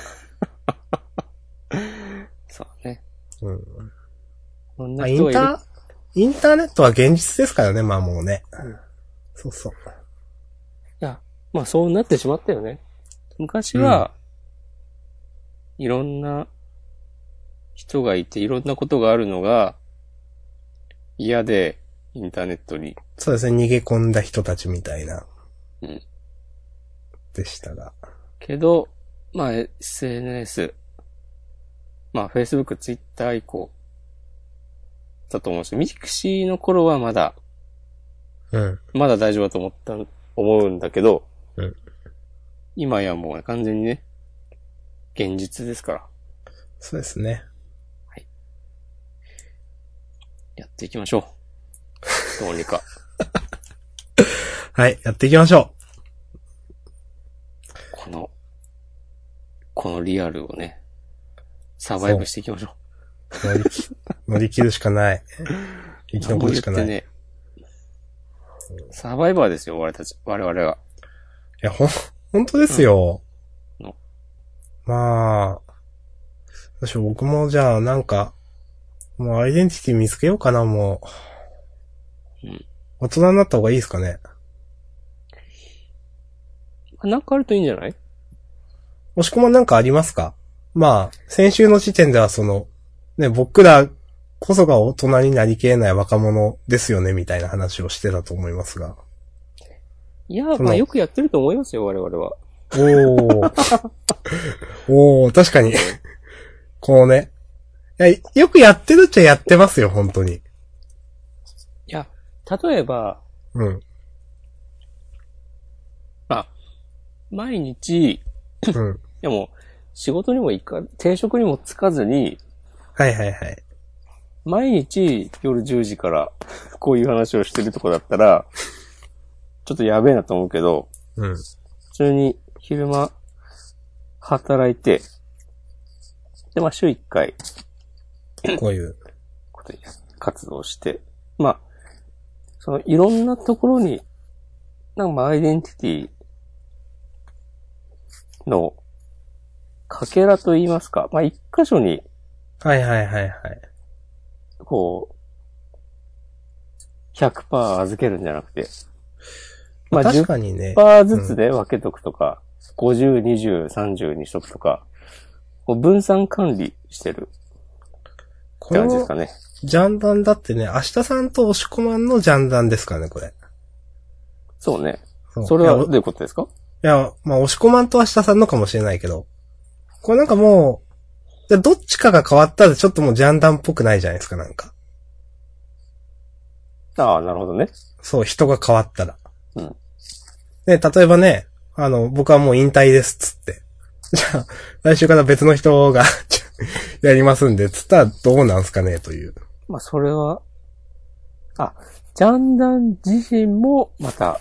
そうね。 うん。 こんな人がいる。 インターネットは現実ですからね、まあもうね。 うん、 そうそう。 いや、まあそうなってしまったよね。昔は、いろんな人がいて、いろんなことがあるのが嫌で、インターネットに。 そうですね、逃げ込んだ人たちみたいな。 うん。 でしたが。 けど、まあ SNS、まあ Facebook、Twitter 以降、だと思うし、ミクシーの頃はまだ大丈夫だと思うんだけど、今やもう完全にね、現実ですから。 そうですね。 はい。やっていきましょう。どうにか。 はい、やっていきましょう。このリアルをね、サバイブしていきましょう。乗り切るしかない。生き残るしかない。ね、 サバイバーですよ、我々が。 いや、本当ですよ。まあ、僕もじゃあなんか、もうアイデンティティ見つけようかな、もう。大人になった方がいいですかね。 なんかあるといいんじゃない？ もしくもなんかありますか？まあ、先週の時点ではね、僕らこそが大人になりきれない若者ですよね、みたいな話をしてたと思いますが。 いや、まあよくやってると思いますよ、我々は。 確かに。こうね。よくやってるっちゃやってますよ、本当に。 いや、例えば、毎日、いやもう、仕事にも定職にもつかずに、 はい。 毎日夜10時からこういう話をしてるとこだったら、ちょっとやべえなと思うけど、普通に昼間働いて、で、まあ週1回、 こういうことで活動して、まあ、いろんなところに、なんかアイデンティティのかけらと言いますか、まあ一箇所に、 はい。 こう、100% 預けるんじゃなくて、まあ確かにね。 10% ずつで分けとくとか、50、20、30にしとくとか、こう分散管理してるって感じですかね。 ジャンダンだってね、明日さんと押し込まんのジャンダンですかね、これ。 そうね。それはどういうことですか？ いや、まあ押し込まんと明日さんのかもしれないけど、これなんかもう、どっちかが変わったらちょっともうジャンダンっぽくないじゃないですか、なんか。 ああ、なるほどね。 そう、人が変わったら。ね、例えばね、僕はもう引退ですっつって。じゃあ、来週から別の人がやりますんで、つったらどうなんすかね、という。 まあ、それは、ジャンダン自身もまた、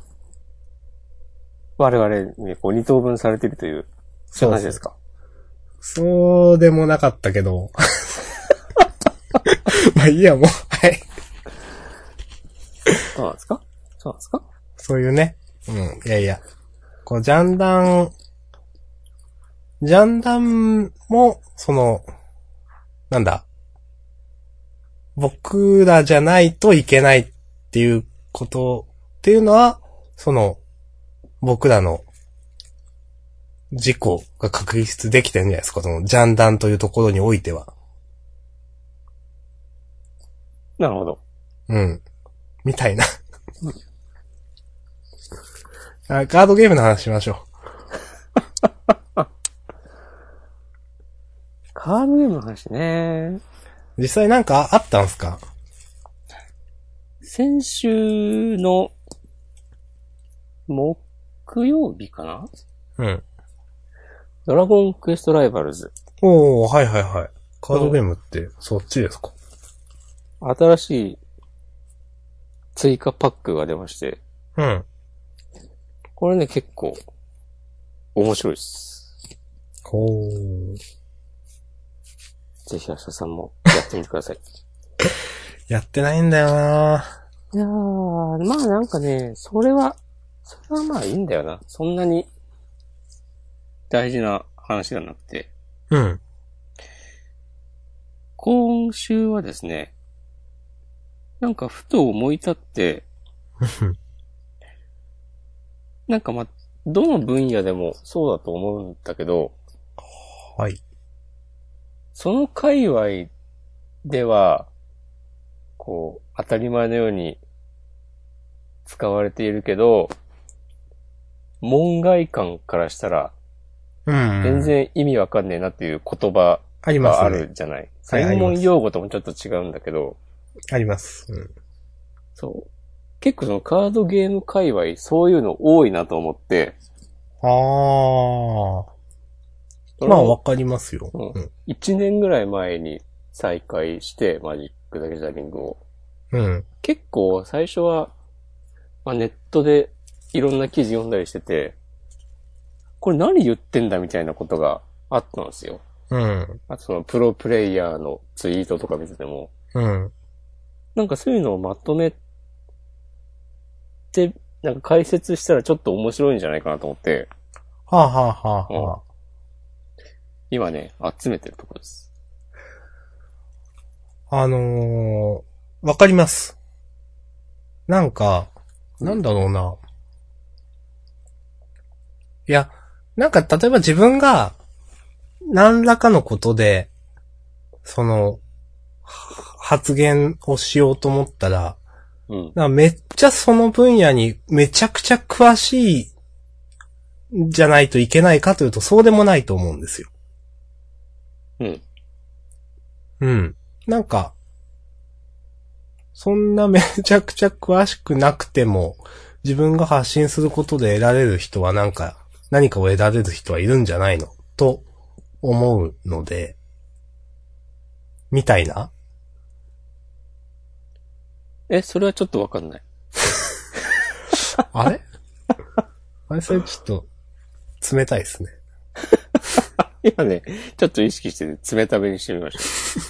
我々にこう二等分されているという、そういう話ですか？ そうでもなかったけど。まあいいや、もう、はい。 そうなんですか？ そういうね。いや。こう、ジャンダンも、なんだ。僕らじゃないといけないっていうことっていうのは、 僕らの自己が確立できてるんじゃないですか、そのジャンダンというところにおいては。 なるほど。 うん。みたいな。カードゲームの話しましょう。 カードゲームの話ね。 実際なんかあったんすか？ 先週の木曜日かな？ うん。 ドラゴンクエストライバルズ。 おー、はいはいはい。カードゲームってそっちですか？ 新しい追加パックが出まして。 うん。 これね、結構面白いです。 ほー。 ぜひ明日さんもやってみてください。 やってないんだよないやー、まあなんかね、それはまあいいんだよな。そんなに大事な話がなくて。 うん。 今週はですね、なんかふと思い立って、なんかどの分野でもそうだと思うんだけど、 はい。 その界隈では、こう、当たり前のように使われているけど、門外漢からしたら、全然意味わかんねえなっていう言葉があるじゃない。 はい専門用語ともちょっと違うんだけど。 あります。うん。 そう。結構そのカードゲーム界隈、そういうの多いなと思って。 まあわかりますよ。 うん。1年ぐらい前に再開して、マジック・ザ・ギャザリングを。 うん。 結構最初は、ネットでいろんな記事読んだりしてて、これ何言ってんだみたいなことがあったんですよ。 うん。 あとそのプロプレイヤーのツイートとか見てても、 うん。 なんかそういうのをまとめて、なんか解説したらちょっと面白いんじゃないかなと思って、 はあ、はあはあはあ、 今ね、集めてるところです。 わかります。なんか、なんだろうな。いや、なんか例えば自分が、何らかのことで、発言をしようと思ったら、めっちゃその分野にめちゃくちゃ詳しいじゃないといけないかというとそうでもないと思うんですよ。うん。なんか、そんなめちゃくちゃ詳しくなくても、自分が発信することで得られる人は何かを得られる人はいるんじゃないのと思うので、みたいな。 それはちょっとわかんない。 あれそれちょっと、冷たいですね。 今ね、ちょっと意識して冷ためにしてみました。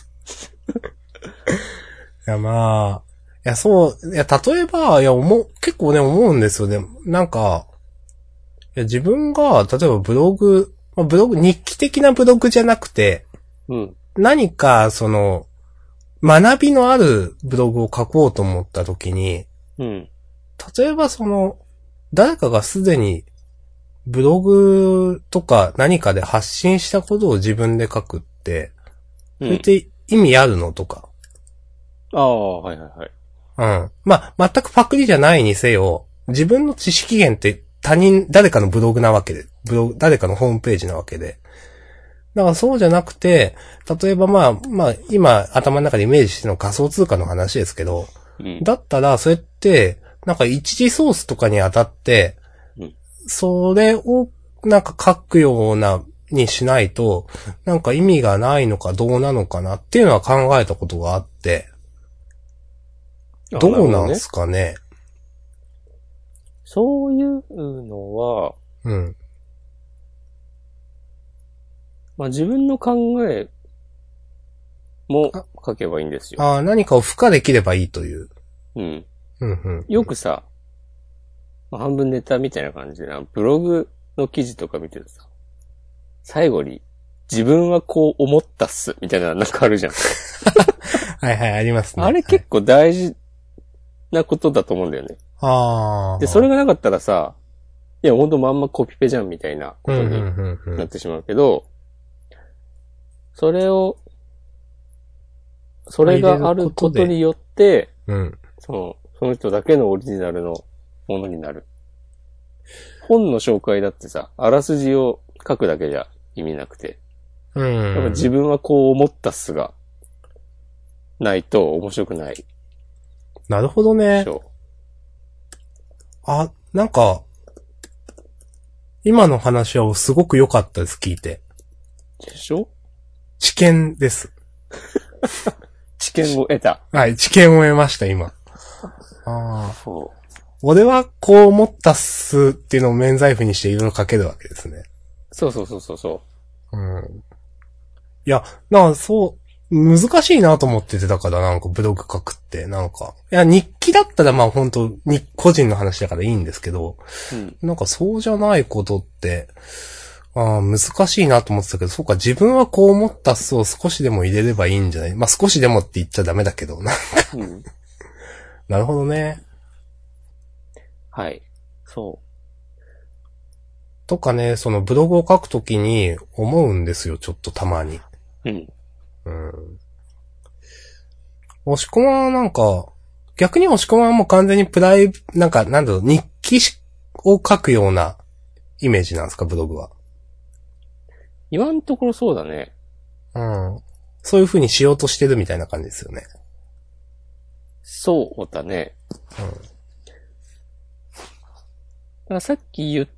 いや、まあ、例えば、結構ね、思うんですよね。なんか、自分が、例えばブログ、日記的なブログじゃなくて、何か、学びのあるブログを書こうと思った時に、例えば誰かがすでに、ブログとか何かで発信したことを自分で書くって、それって意味あるのとか。 はいはいはい。 まあ、全くパクリじゃないにせよ、自分の知識源って誰かのブログなわけで、誰かのホームページなわけで。だからそうじゃなくて、例えばまあ、今頭の中でイメージしてるの仮想通貨の話ですけど、だったらそれって、なんか一次ソースとかに当たって、それをなんか書くようなにしないと、なんか意味がないのかどうなのかなっていうのは考えたことがあって、どうなんすかね。 そういうのは、まあ自分の考えも書けばいいんですよ。 何かを付加できればいいという。 よくさ、半分ネタみたいな感じでブログの記事とか見てるとさ、最後に自分はこう思ったっすみたいななんかあるじゃん。 はいはい、ありますね。 あれ結構大事なことだと思うんだよね。で、それがなかったらさ、 いや、ほんとまんまコピペじゃんみたいなことになってしまうけど、それがあることによって、その人だけのオリジナルのものになる。本の紹介だってさ、あらすじを書くだけじゃ意味なくて。やっぱ自分はこう思ったっすが、ないと面白くない。 なるほどね。あ、なんか、今の話はすごく良かったです、聞いて。 でしょ？ 知見です。 知見を得た。 はい、知見を得ました、今。ああ。 そう。 俺はこう思ったっすっていうのを免罪符にしていろいろ書けるわけですね。 そうそうそうそうそう。 いや、難しいなと思ってて、だからなんかブログ書くって、なんか。いや、日記だったらまあ本当に個人の話だからいいんですけど、なんかそうじゃないことって、難しいなと思ってたけど、そうか、自分はこう思ったっすを少しでも入れればいいんじゃない？まあ少しでもって言っちゃダメだけど、なんかなるほどね。 はい。そう。 とかね、そのブログを書くときに思うんですよ、ちょっとたまに。押し込まはなんか、逆に押し込まはもう完全に日記を書くようなイメージなんですか、ブログは。 今のところそうだね。 そういう風にしようとしてるみたいな感じですよね。 そうだね。だからさっき言った、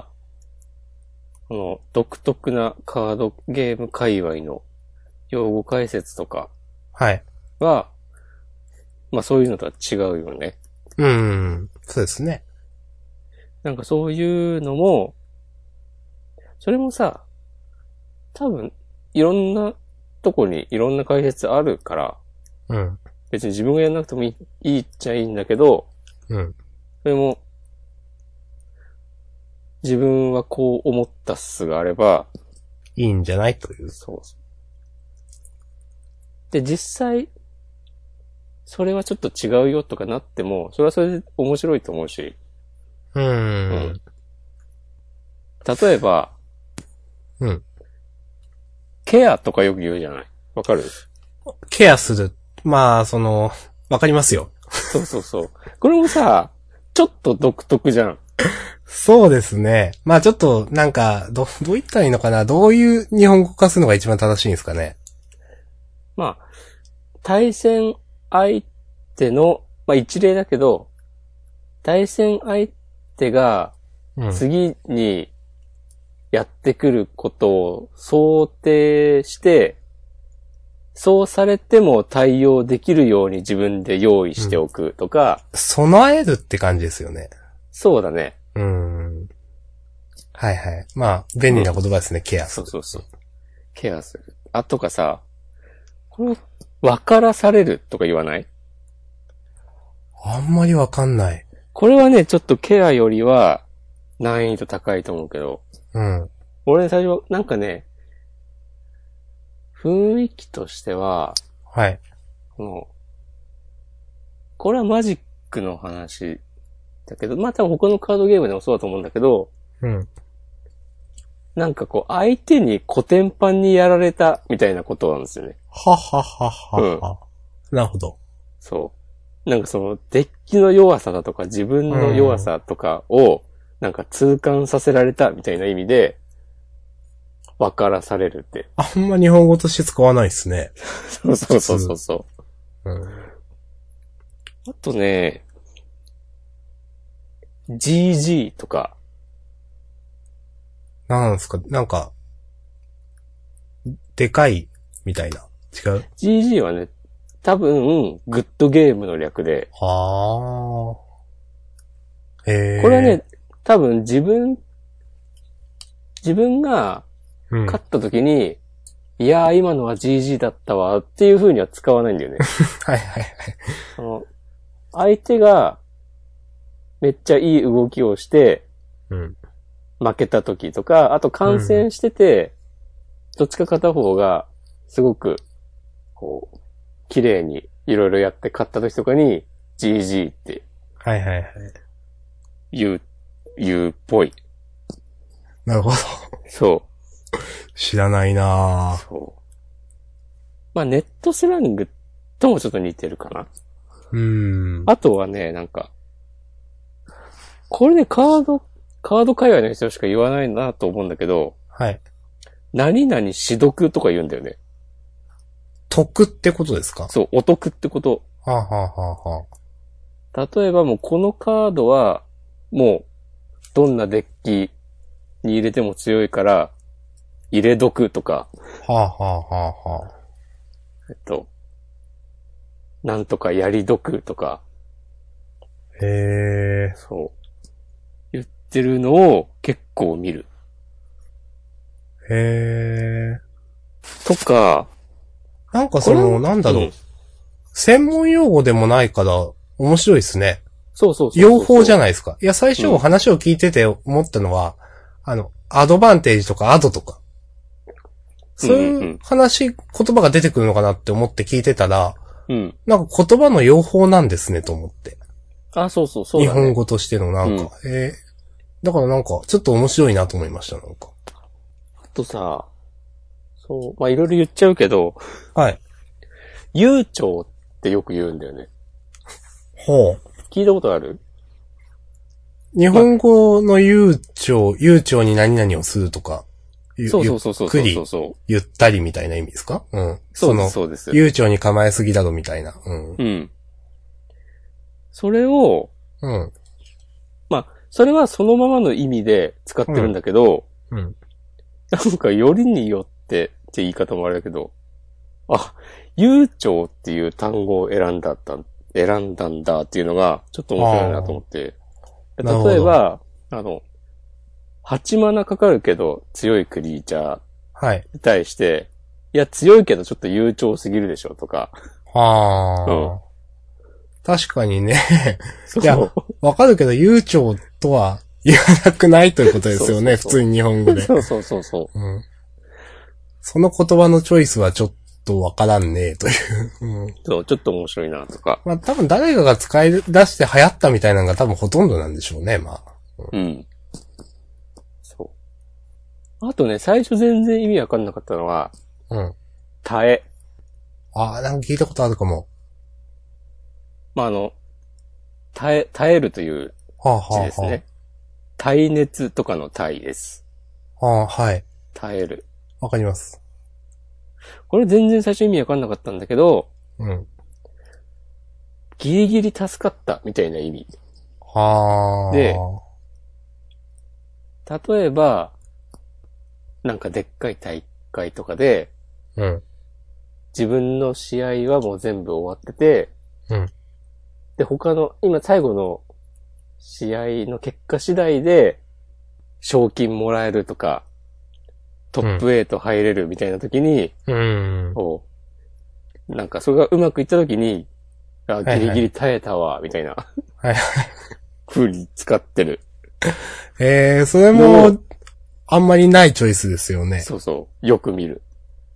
この独特なカードゲーム界隈の用語解説とかは、まあそういうのとは違うよね。 そうですね。 なんかそういうのも、それもさ、多分、いろんなとこにいろんな解説あるから、別に自分がやんなくてもいいっちゃいいんだけど、それも、自分はこう思ったっすがあれば、 いいんじゃないという。 そう。で、実際、それはちょっと違うよとかなっても、それはそれで面白いと思うし。例えば、ケアとかよく言うじゃない？わかる？ ケアする。まあ、わかりますよ。 そう。これもさ、ちょっと独特じゃん。 そうですね。まあちょっと、なんか、どう言ったらいいのかな？どういう日本語化するのが一番正しいんですかね？ まあ、対戦相手の、まあ一例だけど、対戦相手が次にやってくることを想定して、そうされても対応できるように自分で用意しておくとか。 備えるって感じですよね。 そうだね。 はい。まあ、便利な言葉ですね、ケアする。 そう。ケアする。あ、とかさ、これ、分からされるとか言わない？ あんまりわかんない。 これはね、ちょっとケアよりは難易度高いと思うけど。俺最初、なんかね、雰囲気としては、これはマジックの話だけど、まあ多分他のカードゲームでもそうだと思うんだけど、なんかこう、相手にコテンパンにやられたみたいなことなんですよね。 なるほど。 そう。なんかその、デッキの弱さだとか、自分の弱さとかを、なんか痛感させられたみたいな意味で、分からされるって。 あんま日本語として使わないですね。 そう。あとね、GG とか。 なんですか、なんか、でかい、みたいな。違う？ GG はね、多分、グッドゲームの略で。 これはね、多分自分が勝った時に、いやー今のは GG だったわっていう風には使わないんだよね。相手がめっちゃいい動きをして、負けた時とか、あと観戦してて、どっちか片方がすごく、こう、綺麗にいろいろやって勝った時とかに、GG って言う言うっぽい。 なるほど。 そ知らないなう。そう。まあネットスラングともちょっと似てるかな。あとはね、なんか、これね、カード界隈の人しか言わないなと思うんだけど、 はい。 何々し読とか言うんだよね。 得ってことですか？ そう、お得ってこと。 はあ、はあはあは例えばもうこのカードは、もう、どんなデッキに入れても強いから、入れ毒とか、 あ、はあはあはあはあ。 なんとかやり毒とか、 へえ。 そう。言ってるのを結構見る。 へえ。 とか、 なんかその、なんだろう、 うん。 専門用語でもないから面白いですね。 そうそうそうそう。 用法じゃない。 ないですか。いや、最初話を聞いてて思ったのは、アドバンテージとかアドとか、そういう話、言葉が出てくるのかなって思って聞いてたら、 うん。 なんか言葉の用法なんですねと思って。 あ、そうそう、そう日だね。 本語としてのなんか、だからなんか、ちょっと面白いなと思いました、なんか。 あとさ、そう、まあ、いろいろ言っちゃうけど、 はい。 悠長ってよく言うんだよね。 ほう。 聞いたことある？ 日本語の悠長に何々をするとか、 そうそうそうそうそうそうそう。 ゆったりみたいな意味ですか？うん。 そうです、そうです。 悠長に構えすぎだろみたいな。うん。 うん。それを、 うん。 まあ、それはそのままの意味で使ってるんだけど、 うん。 なんかよりによってって言い方もあれだけど、あ、悠長っていう単語を選んだんだっていうのが、ちょっと面白いなと思って。例えば、8マナかかるけど強いクリーチャーに対して、いや、強いけどちょっと悠長すぎるでしょとか。 はあ。 うん。 確かにね。 そう。 いや、わかるけど、悠長とは言わなくないということですよね。普通に日本語で。 そうそうそうそう。 うん。その言葉のチョイスはちょっとわからんねという。うん。 そう、ちょっと面白いなとか。 まあ多分誰かが使い出して流行ったみたいなのが多分ほとんどなんでしょうね、まあ。 うん。そう。あとね、最初全然意味わかんなかったのは、 うん。 耐え。 ああ、なんか聞いたことあるかも。 まあ、耐えるという字ですね。はあはあはあ、耐熱とかの耐です。 ああ、はい。 耐える。 わかります。 これ全然最初意味わかんなかったんだけど、 うん。 ギリギリ助かったみたいな意味。 はあ。 で、例えば、なんかでっかい大会とかで、 うん。 自分の試合はもう全部終わってて、 うん。 で、今最後の試合の結果次第で、賞金もらえるとか、トップ8入れるみたいな時に、なんかそれがうまくいった時に、ギリギリ耐えたわ、みたいな。はい。風に使ってる。 それも、あんまりないチョイスですよね。 そうそう。よく見る。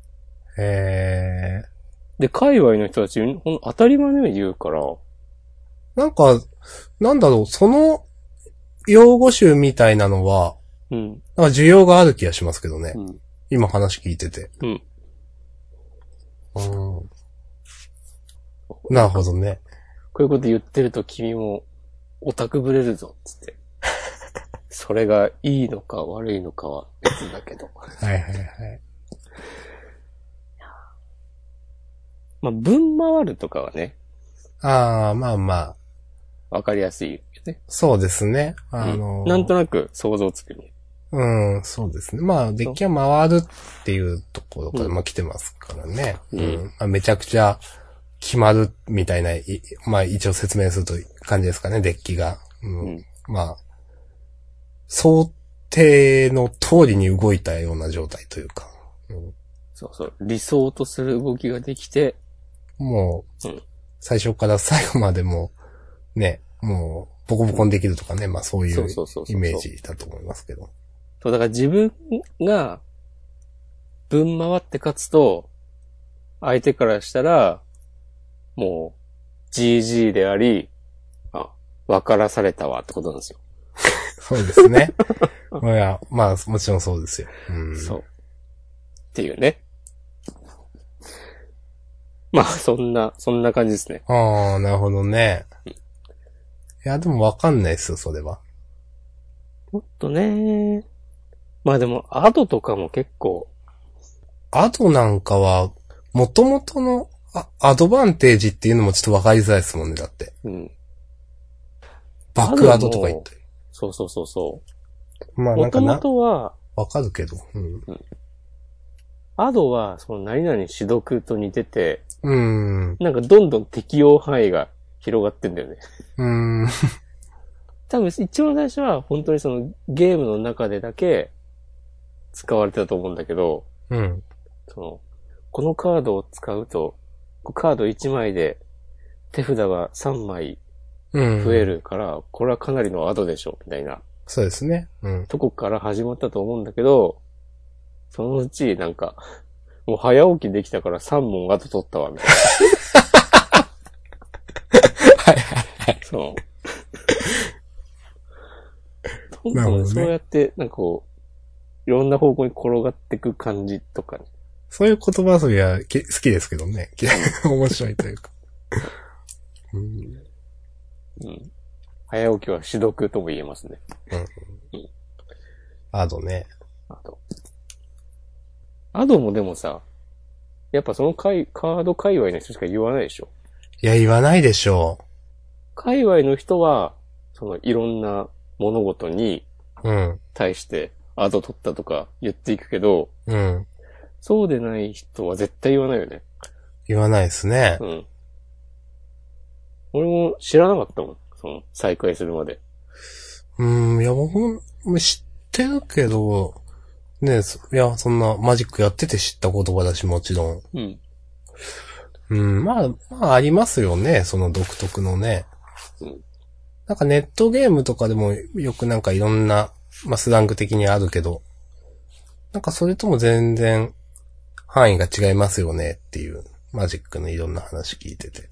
で、 界隈の人たち、当たり前のように言うから。 なんか、なんだろう、その、用語集みたいなのは、 うん。 なんか需要がある気がしますけどね。 うん、 今話聞いてて。 うん。 なるほどね。 こういうこと言ってると君もオタクぶれるぞ、つって。それがいいのか悪いのかは別だけど。 はいはいはい。 まあ、分回るとかはね。 ああ、まあまあ。 わかりやすいよね。 そうですね。 なんとなく想像つくね。 うん、そうですね。まあ、デッキは回るっていうところからまあ来てますからね。まあ、めちゃくちゃ決まるみたいな、まあ一応説明するという感じですかね、デッキが。まあ、想定の通りに動いたような状態というか。 そうそう。理想とする動きができて、 もう、最初から最後までもね、もう、ボコボコにできるとかね、まあそういうイメージだと思いますけど。 そう、だから自分が分回って勝つと、相手からしたら、もう、GG であり、分からされたわってことなんですよ。 そうですね。いや、まあ、もちろんそうですよ。うん。 そう。っていうね。まあ、そんな感じですね。 ああ、なるほどね。いや、でもわかんないっすよ、それは。 もっとね。まあでも、アドとかも結構。 アドなんかは、元々のアドバンテージっていうのもちょっとわかりづらいですもんね、だって。 うん。 バックアドとか言ったり。 そうそうそうそう。 まあなんかもともとは、 わかるけど。うん。 アドは、その何々し読と似てて、 なんかどんどん適用範囲が広がってんだよね。多分一番最初は本当にそのゲームの中でだけ使われてたと思うんだけど、 うん。 このカードを使うと、カード1枚で手札が3枚増えるから、これはかなりのアドでしょ、みたいな。 そうですね。うん。 とこから始まったと思うんだけど、そのうちなんか、もう早起きできたから3問アド取ったわ、みたいな。 はいはいはい。 そう。どんどんそうやって、なんかこう、いろんな方向に転がっていく感じとかね。 そういう言葉遊びは好きですけどね。面白いというか。 うん。早起きはし読とも言えますね。 アドね。 アドもでもさ、やっぱそのカード界隈の人しか言わないでしょ。 いや、言わないでしょう。 界隈の人は、いろんな物事に対してアド取ったとか言っていくけど、そうでない人は絶対言わないよね。 言わないですね。 俺も知らなかったもん。再開するまで。 いや、僕も知ってるけど、ねいや、そんなマジックやってて知った言葉だし、もちろん。まあ、ありますよね、その独特のね。なんかネットゲームとかでもよくなんかいろんな、まあスラング的にあるけど、なんかそれとも全然範囲が違いますよねっていう、マジックのいろんな話聞いてて。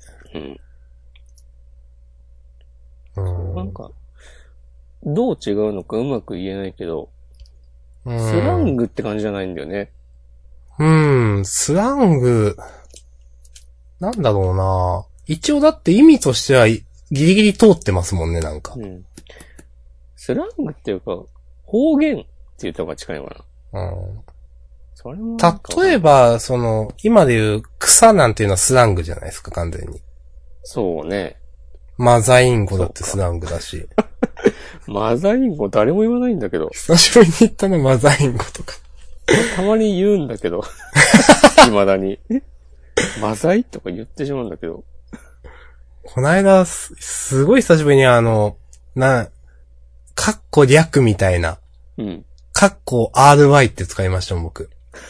なんか、どう違うのかうまく言えないけど、スラングって感じじゃないんだよね。 スラング、なんだろうな。一応だって意味としてはギリギリ通ってますもんね、なんか。 スラングっていうか、方言って言った方が近いのかな。それも例えば、今で言う草なんていうのはスラングじゃないですか、完全に。 そうね。 マザイン語だってスラングだし。 マザイン語誰も言わないんだけど。 久しぶりに言ったのマザイン語とか。 たまに言うんだけど。未だに。マザイとか言ってしまうんだけど。 こないだ、すごい久しぶりにカッコ略みたいな。カッコ RY って使いましたもん、僕。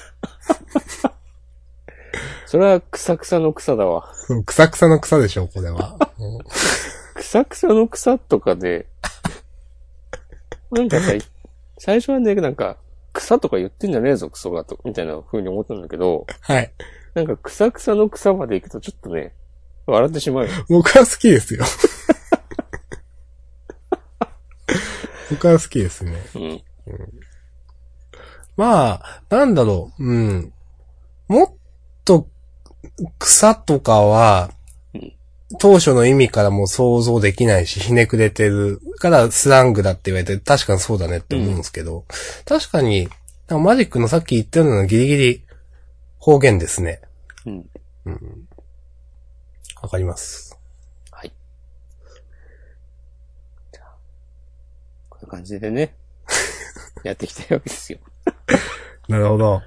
それは草草の草だわ。 草草の草でしょ、これは。 草草の草とかで、なんかさ、最初はね、なんか、草とか言ってんじゃねえぞ、クソがと、みたいな風に思ったんだけど、 はい。 なんか草草の草まで行くとちょっとね、笑ってしまうよ。 僕は好きですよ。僕は好きですね。まあ、なんだろう。もっと草とかは、当初の意味からも想像できないし、ひねくれてるからスラングだって言われて、確かにそうだねって思うんですけど、確かに、マジックのさっき言ったようなギリギリ方言ですね。わかります。 はい。じゃあ、こういう感じでね、やっていきたいわけですよ。 なるほど。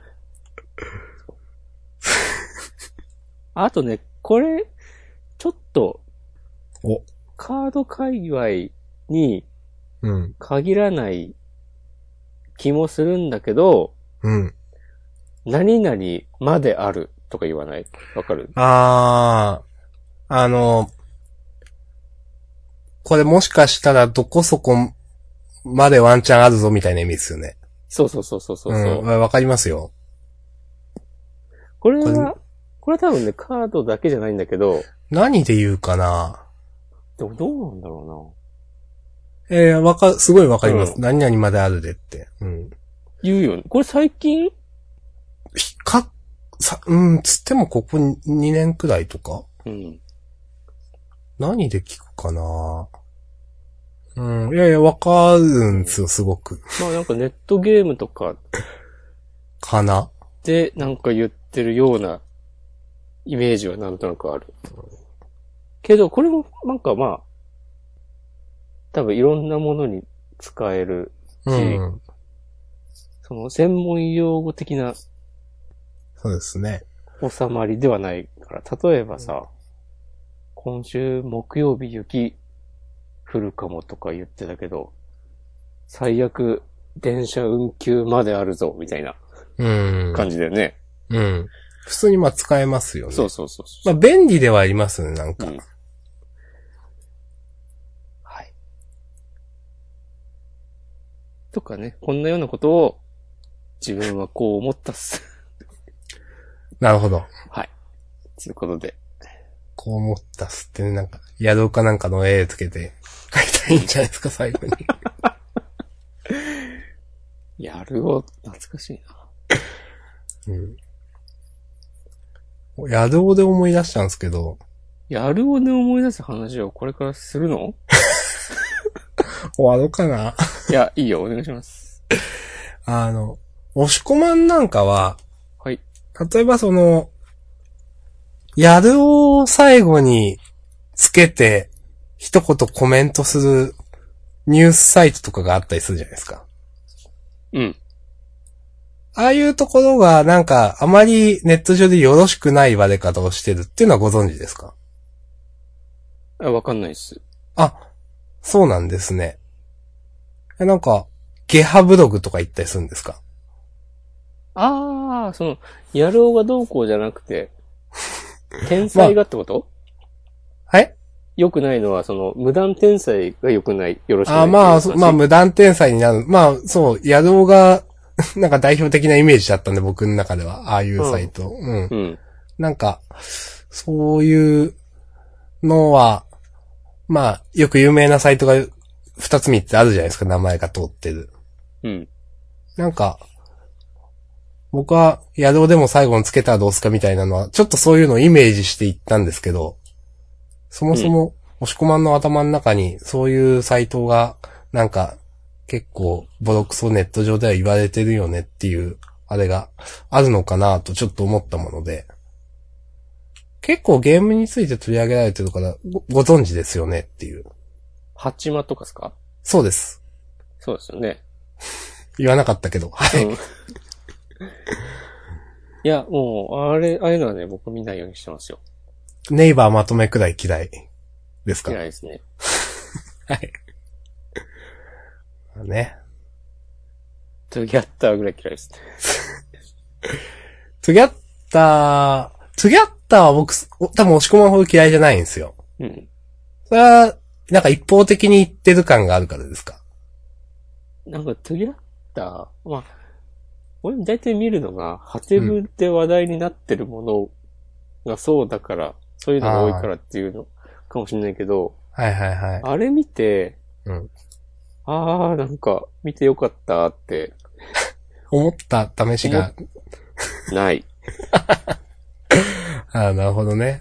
あとね、これ、ちょっと、カード界隈に、限らない気もするんだけど、何々まであるとか言わない？わかる？ これもしかしたらどこそこまでワンチャンあるぞみたいな意味ですよね。 そうそうそうそうそう。 わかりますよ。 これは多分ね、カードだけじゃないんだけど。 何で言うかな？ でもどうなんだろすごいわかります。 うん何々まであるでって。うん。 言うよね。これ最近つってもここ2年くらいとかうん。 何で聞くかな。うん。いやいや、わかるんですよ、すごく。 まあなんかネットゲームとかかな。 でなんか言ってるようなイメージはなんとなくある。けど、これもなんかまあ、多分いろんなものに使えるし、 うん。 その専門用語的なそうですね。 収まりではないから、例えばさ、今週木曜日雪降るかもとか言ってたけど、最悪電車運休まであるぞ、みたいなうん。 感じだよね。 うん。普通にまあ使えますよね。 そうそうそうまあ便利ではありますね、なんか。 うん。はい。とかね、こんなようなことを自分はこう思ったっす。 なるほど。 はい。ということで。 こう思ったっすってね、なんか、宿かなんかの絵つけて書いたらいいんじゃないですか、最後に。 やるを懐かしいな。 うん。宿をで思い出したんですけど。 やるをね思い出す話をこれからするの？ 終わろうかな。 いや、いいよ、お願いします。 押し込まんなんかは、 はい。 例えばその、やるを最後につけて、一言コメントするニュースサイトとかがあったりするじゃないですか。 うん。 ああいうところがなんかあまりネット上でよろしくない割れ方をしてるっていうのはご存知ですか？ わかんないっす。 あ、そうなんですね。なんか、ゲハブログとか言ったりするんですか？ その、やろうがどうこうじゃなくて、天才がってこと、 はい良くないのは、その、無断天才が良くない、よろしくないっていう話。 まあ、無断天才になる。まあ、そう、やろうが、なんか代表的なイメージだったんで、僕の中では、ああいうサイト。うん。なんか、そういうのは、まあ、よく有名なサイトが2つ3つあるじゃないですか、名前が通ってる。 うん。 なんか、僕は、宿でも最後につけたらどうすかみたいなのは、ちょっとそういうのをイメージしていったんですけど、そもそも、押し込まんの頭の中に、そういうサイトが、なんか、結構、ボロクソネット上では言われてるよねっていう、あれがあるのかなとちょっと思ったもので、結構ゲームについて取り上げられてるからご存知ですよねっていう。 ハチマとかですか？ そうです。 そうですよね。 言わなかったけど。はい。 いや、もう、ああいうのはね、僕見ないようにしてますよ。 ネイバーまとめくらい嫌いですか？ 嫌いですね。 はい。ね。 トゥギャッターぐらい嫌いですね。 トゥギャッターは僕、多分押し込まんほど嫌いじゃないんですよ。 うん。 それは、なんか一方的に言ってる感があるからですか？ なんかトゥギャッター、まあ、俺大体見るのが、ハテブで話題になってるものがそうだから、そういうのが多いからっていうのかもしれないけど、 はいはいはい。 あれ見て、 うん。 なんか、見てよかったって。 思った試しが。 ない。 なるほどね。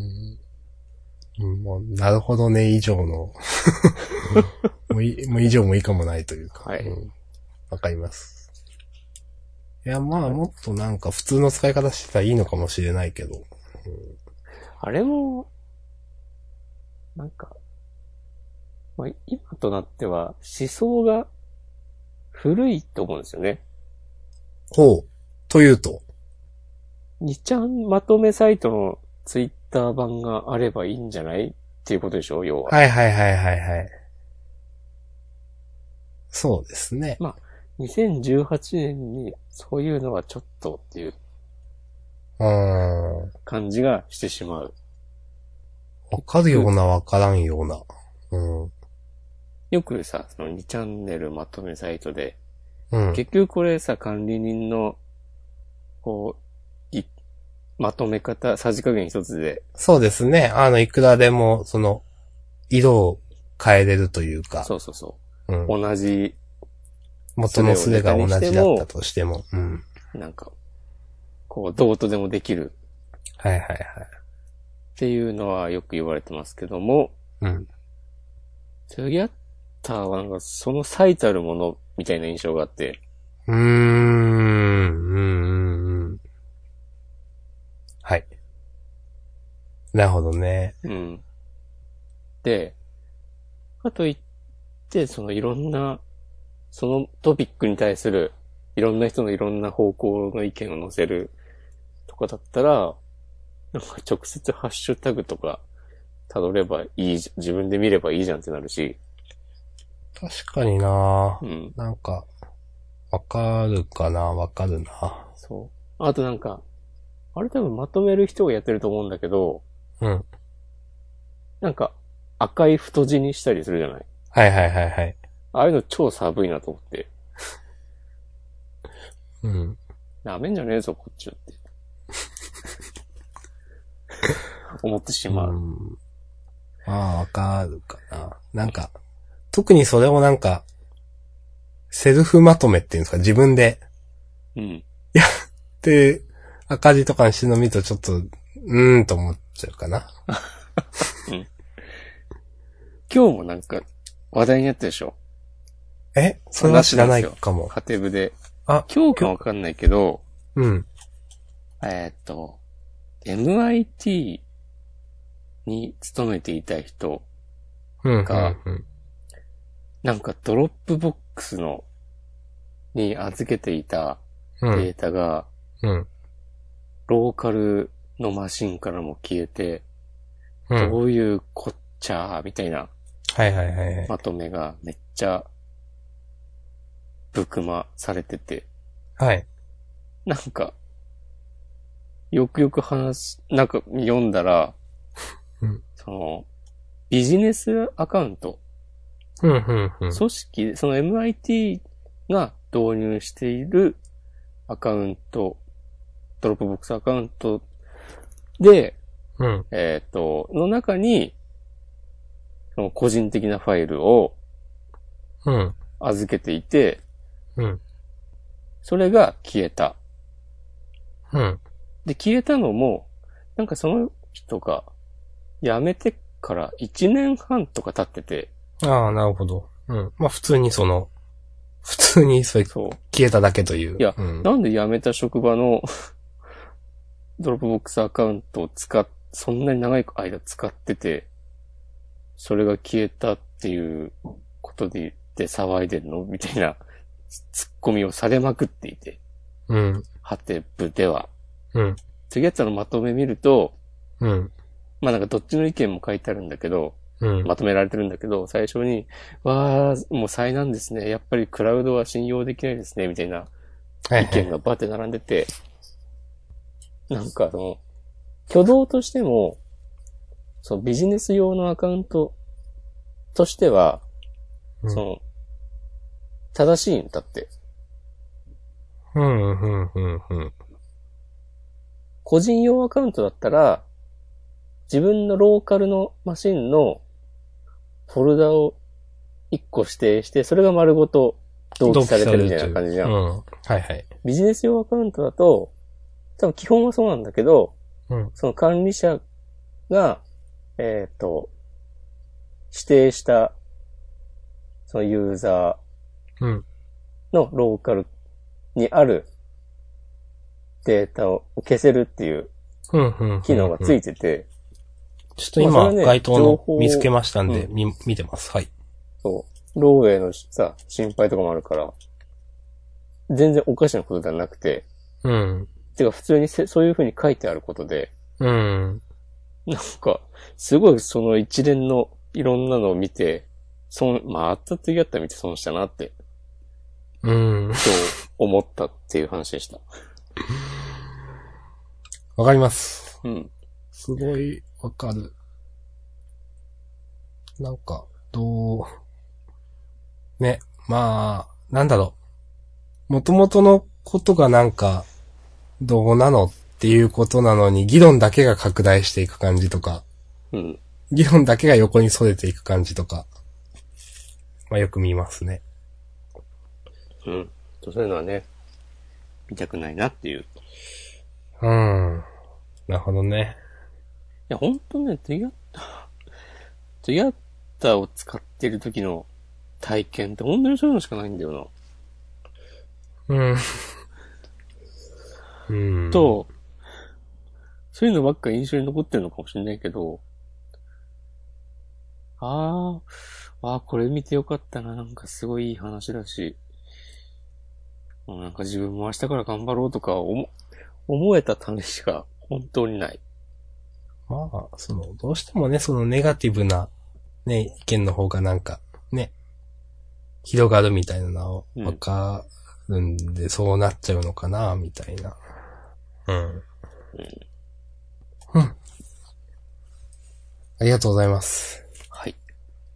もう、なるほどね、以上の。もう以上も以下もないというか。 はい。 わかります。いや、まあ、もっとなんか普通の使い方してたらいいのかもしれないけど。 あれも、なんか、まあ、今となっては思想が古いと思うんですよね。 ほう。というと。 2ちゃんまとめサイトのツイッター版があればいいんじゃないっていうことでしょ、要は。 はいはいはいはいはい。そうですね。 まあ、2018年にそういうのはちょっとっていう感じがしてしまう。 わかるようなわからんような。 よくさ、その2チャンネルまとめサイトで、 うん。 結局これさ、管理人の、こう、まとめ方、さじ加減一つで。 そうですね。いくらでも、色を変えれるというか。 そうそうそう。 うん。 同じ。 元のスレが同じだったとしても。うん。 なんか、こう、どうとでもできる。 はいはいはい。 っていうのはよく言われてますけども、 うん。 トゥギャッターはなんかその最たるものみたいな印象があって。 はい。なるほどね。 うん。で、かといって、そのいろんな、そのトピックに対するいろんな人のいろんな方向の意見を載せるとかだったら、なんか直接ハッシュタグとか辿ればいいじゃん、自分で見ればいいじゃんってなるし。 確かにな、 うん。 なんか、わかるかな、わかるな。 そう。あとなんか、あれ多分まとめる人がやってると思うんだけど、 うん。 なんか赤い太字にしたりするじゃない？ はいはいはいはい。 ああいうの超寒いなと思って。 うん。 なめんじゃねえぞ、こっちはって。思ってしまう。 ああ、わかるかな。なんか、特にそれをなんか、セルフまとめっていうんですか、自分で。 うん。 で、赤字とかにしてるの見るとちょっと、と思っちゃうかな。 うん。今日もなんか話題になったでしょ？ それは知らないかも。 カテブで。 あ、 今日かわかんないけど、 うん。 MIT に勤めていた人が、なんかドロップボックスに預けていたデータが、ローカルのマシンからも消えて、どういうこっちゃーみたいなまとめがめっちゃぶくまされてて、 はい。 なんか、よくよくなんか読んだら、その、ビジネスアカウント、組織、その MIT が導入しているアカウント、ドロップボックスアカウントで、の中に、その個人的なファイルを預けていて、それが消えた。で、消えたのも、なんかその人が辞めてから1年半とか経ってて。 ああ、なるほど。まあ普通にそれ消えただけという。 いや、なんで辞めた職場のドロップボックスアカウントをそんなに長い間使ってて、それが消えたっていうことで騒いでんのみたいなツッコミをされまくっていて。ハテブでは。次やつのまとめ見ると、まあなんかどっちの意見も書いてあるんだけど、まとめられてるんだけど、最初に、もう災難ですね。やっぱりクラウドは信用できないですね。みたいな意見がバーって並んでて、なんか挙動としても、そのビジネス用のアカウントとしては、正しいんだって。個人用アカウントだったら、自分のローカルのマシンのフォルダを1個指定して、それが丸ごと同期されてるみたいな感じじゃん。ビジネス用アカウントだと、多分基本はそうなんだけど、その管理者が、指定した、そのユーザーのローカルにあるデータを消せるっていう機能がついてて、 ちょっと今、該当の見つけましたんで、見てます。はい。 そう。漏洩の心配とかもあるから、全然おかしなことではなくて、てか普通にそういう風に書いてあることで、なんか、すごいその一連のいろんなのを見て、また次やったら見て損したなって、そう思ったっていう話でした。 わかります。 すごいわかる。なんか、まあ、なんだろう。元々のことがなんか、どうなのっていうことなのに、議論だけが拡大していく感じとか、議論だけが横に逸れていく感じとか、 まあよく見ますね。 うん。そういうのはね、見たくないなっていう。いなるほどね。 や、ほんとね、トゥギャッターを使ってる時の体験って本当にそういうのしかないんだよな。と、そういうのばっか印象に残ってるのかもしれないけど、これ見てよかったな。なんかすごいいい話だし、なんか自分も明日から頑張ろうとか思えた試しが本当にない。 まあ、どうしてもね、ネガティブな、ね、意見の方がなんか、ね、広がるみたいなのはわかるんで、そうなっちゃうのかな、みたいな。ありがとうございます。 はい。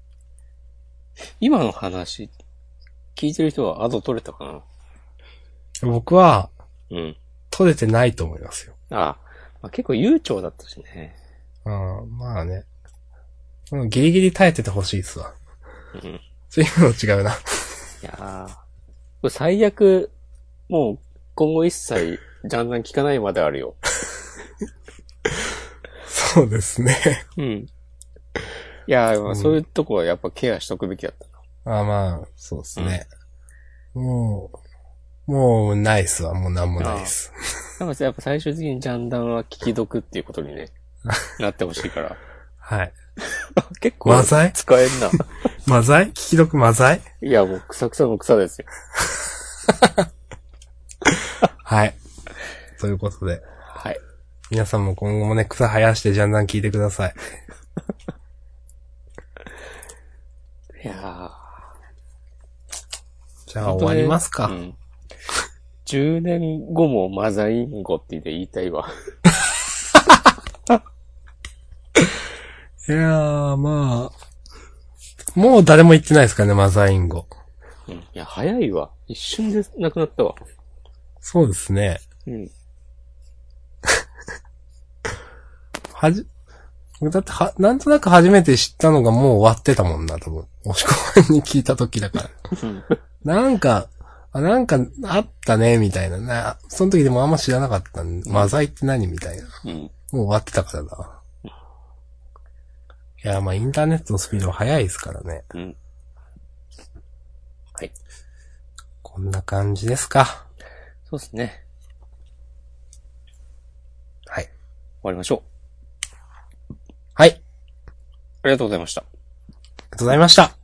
今の話、聞いてる人はアド取れたかな？ 僕は、 取れてないと思いますよ。 まあ、結構悠長だったしね。 まあね。ギリギリ耐えててほしいっすわ。そういうの違うな。いやこれ最悪、もう今後一切ジャンダン聞かないまであるよ。 そうですね。 いやまあそういうとこはやっぱケアしとくべきだったな。まあ、そうですね。もうないっすわ。もうなんもないっす。 なんかやっぱ最終的にジャンダンは聞き読っていうことにね、なってほしいから。 はい。 結構使えんな。 マザイ聞き読マザイ？ いやもう草の草ですよ。 はい。ということで。 はい。 皆さんも今後もね、草生やしてジャンダン聞いてください。 いやー。 じゃあ終わりますか。 10年後もマザインゴって言いたいわ。 いやー、まあ、もう誰も言ってないですかね、マザインゴ。 いや、早いわ。一瞬で亡くなったわ。 そうですね。だってなんとなく初めて知ったのがもう終わってたもんな、多分。押し込みに聞いた時だから。なんかあったね、みたいな。その時でもあんま知らなかったマザイって何みたいな。もう終わってたからだ。いや、まあインターネットのスピードは速いですからね。 はい。 こんな感じですか。 そうですね。 はい。終わりましょう。 はい。 ありがとうございました。 ありがとうございました。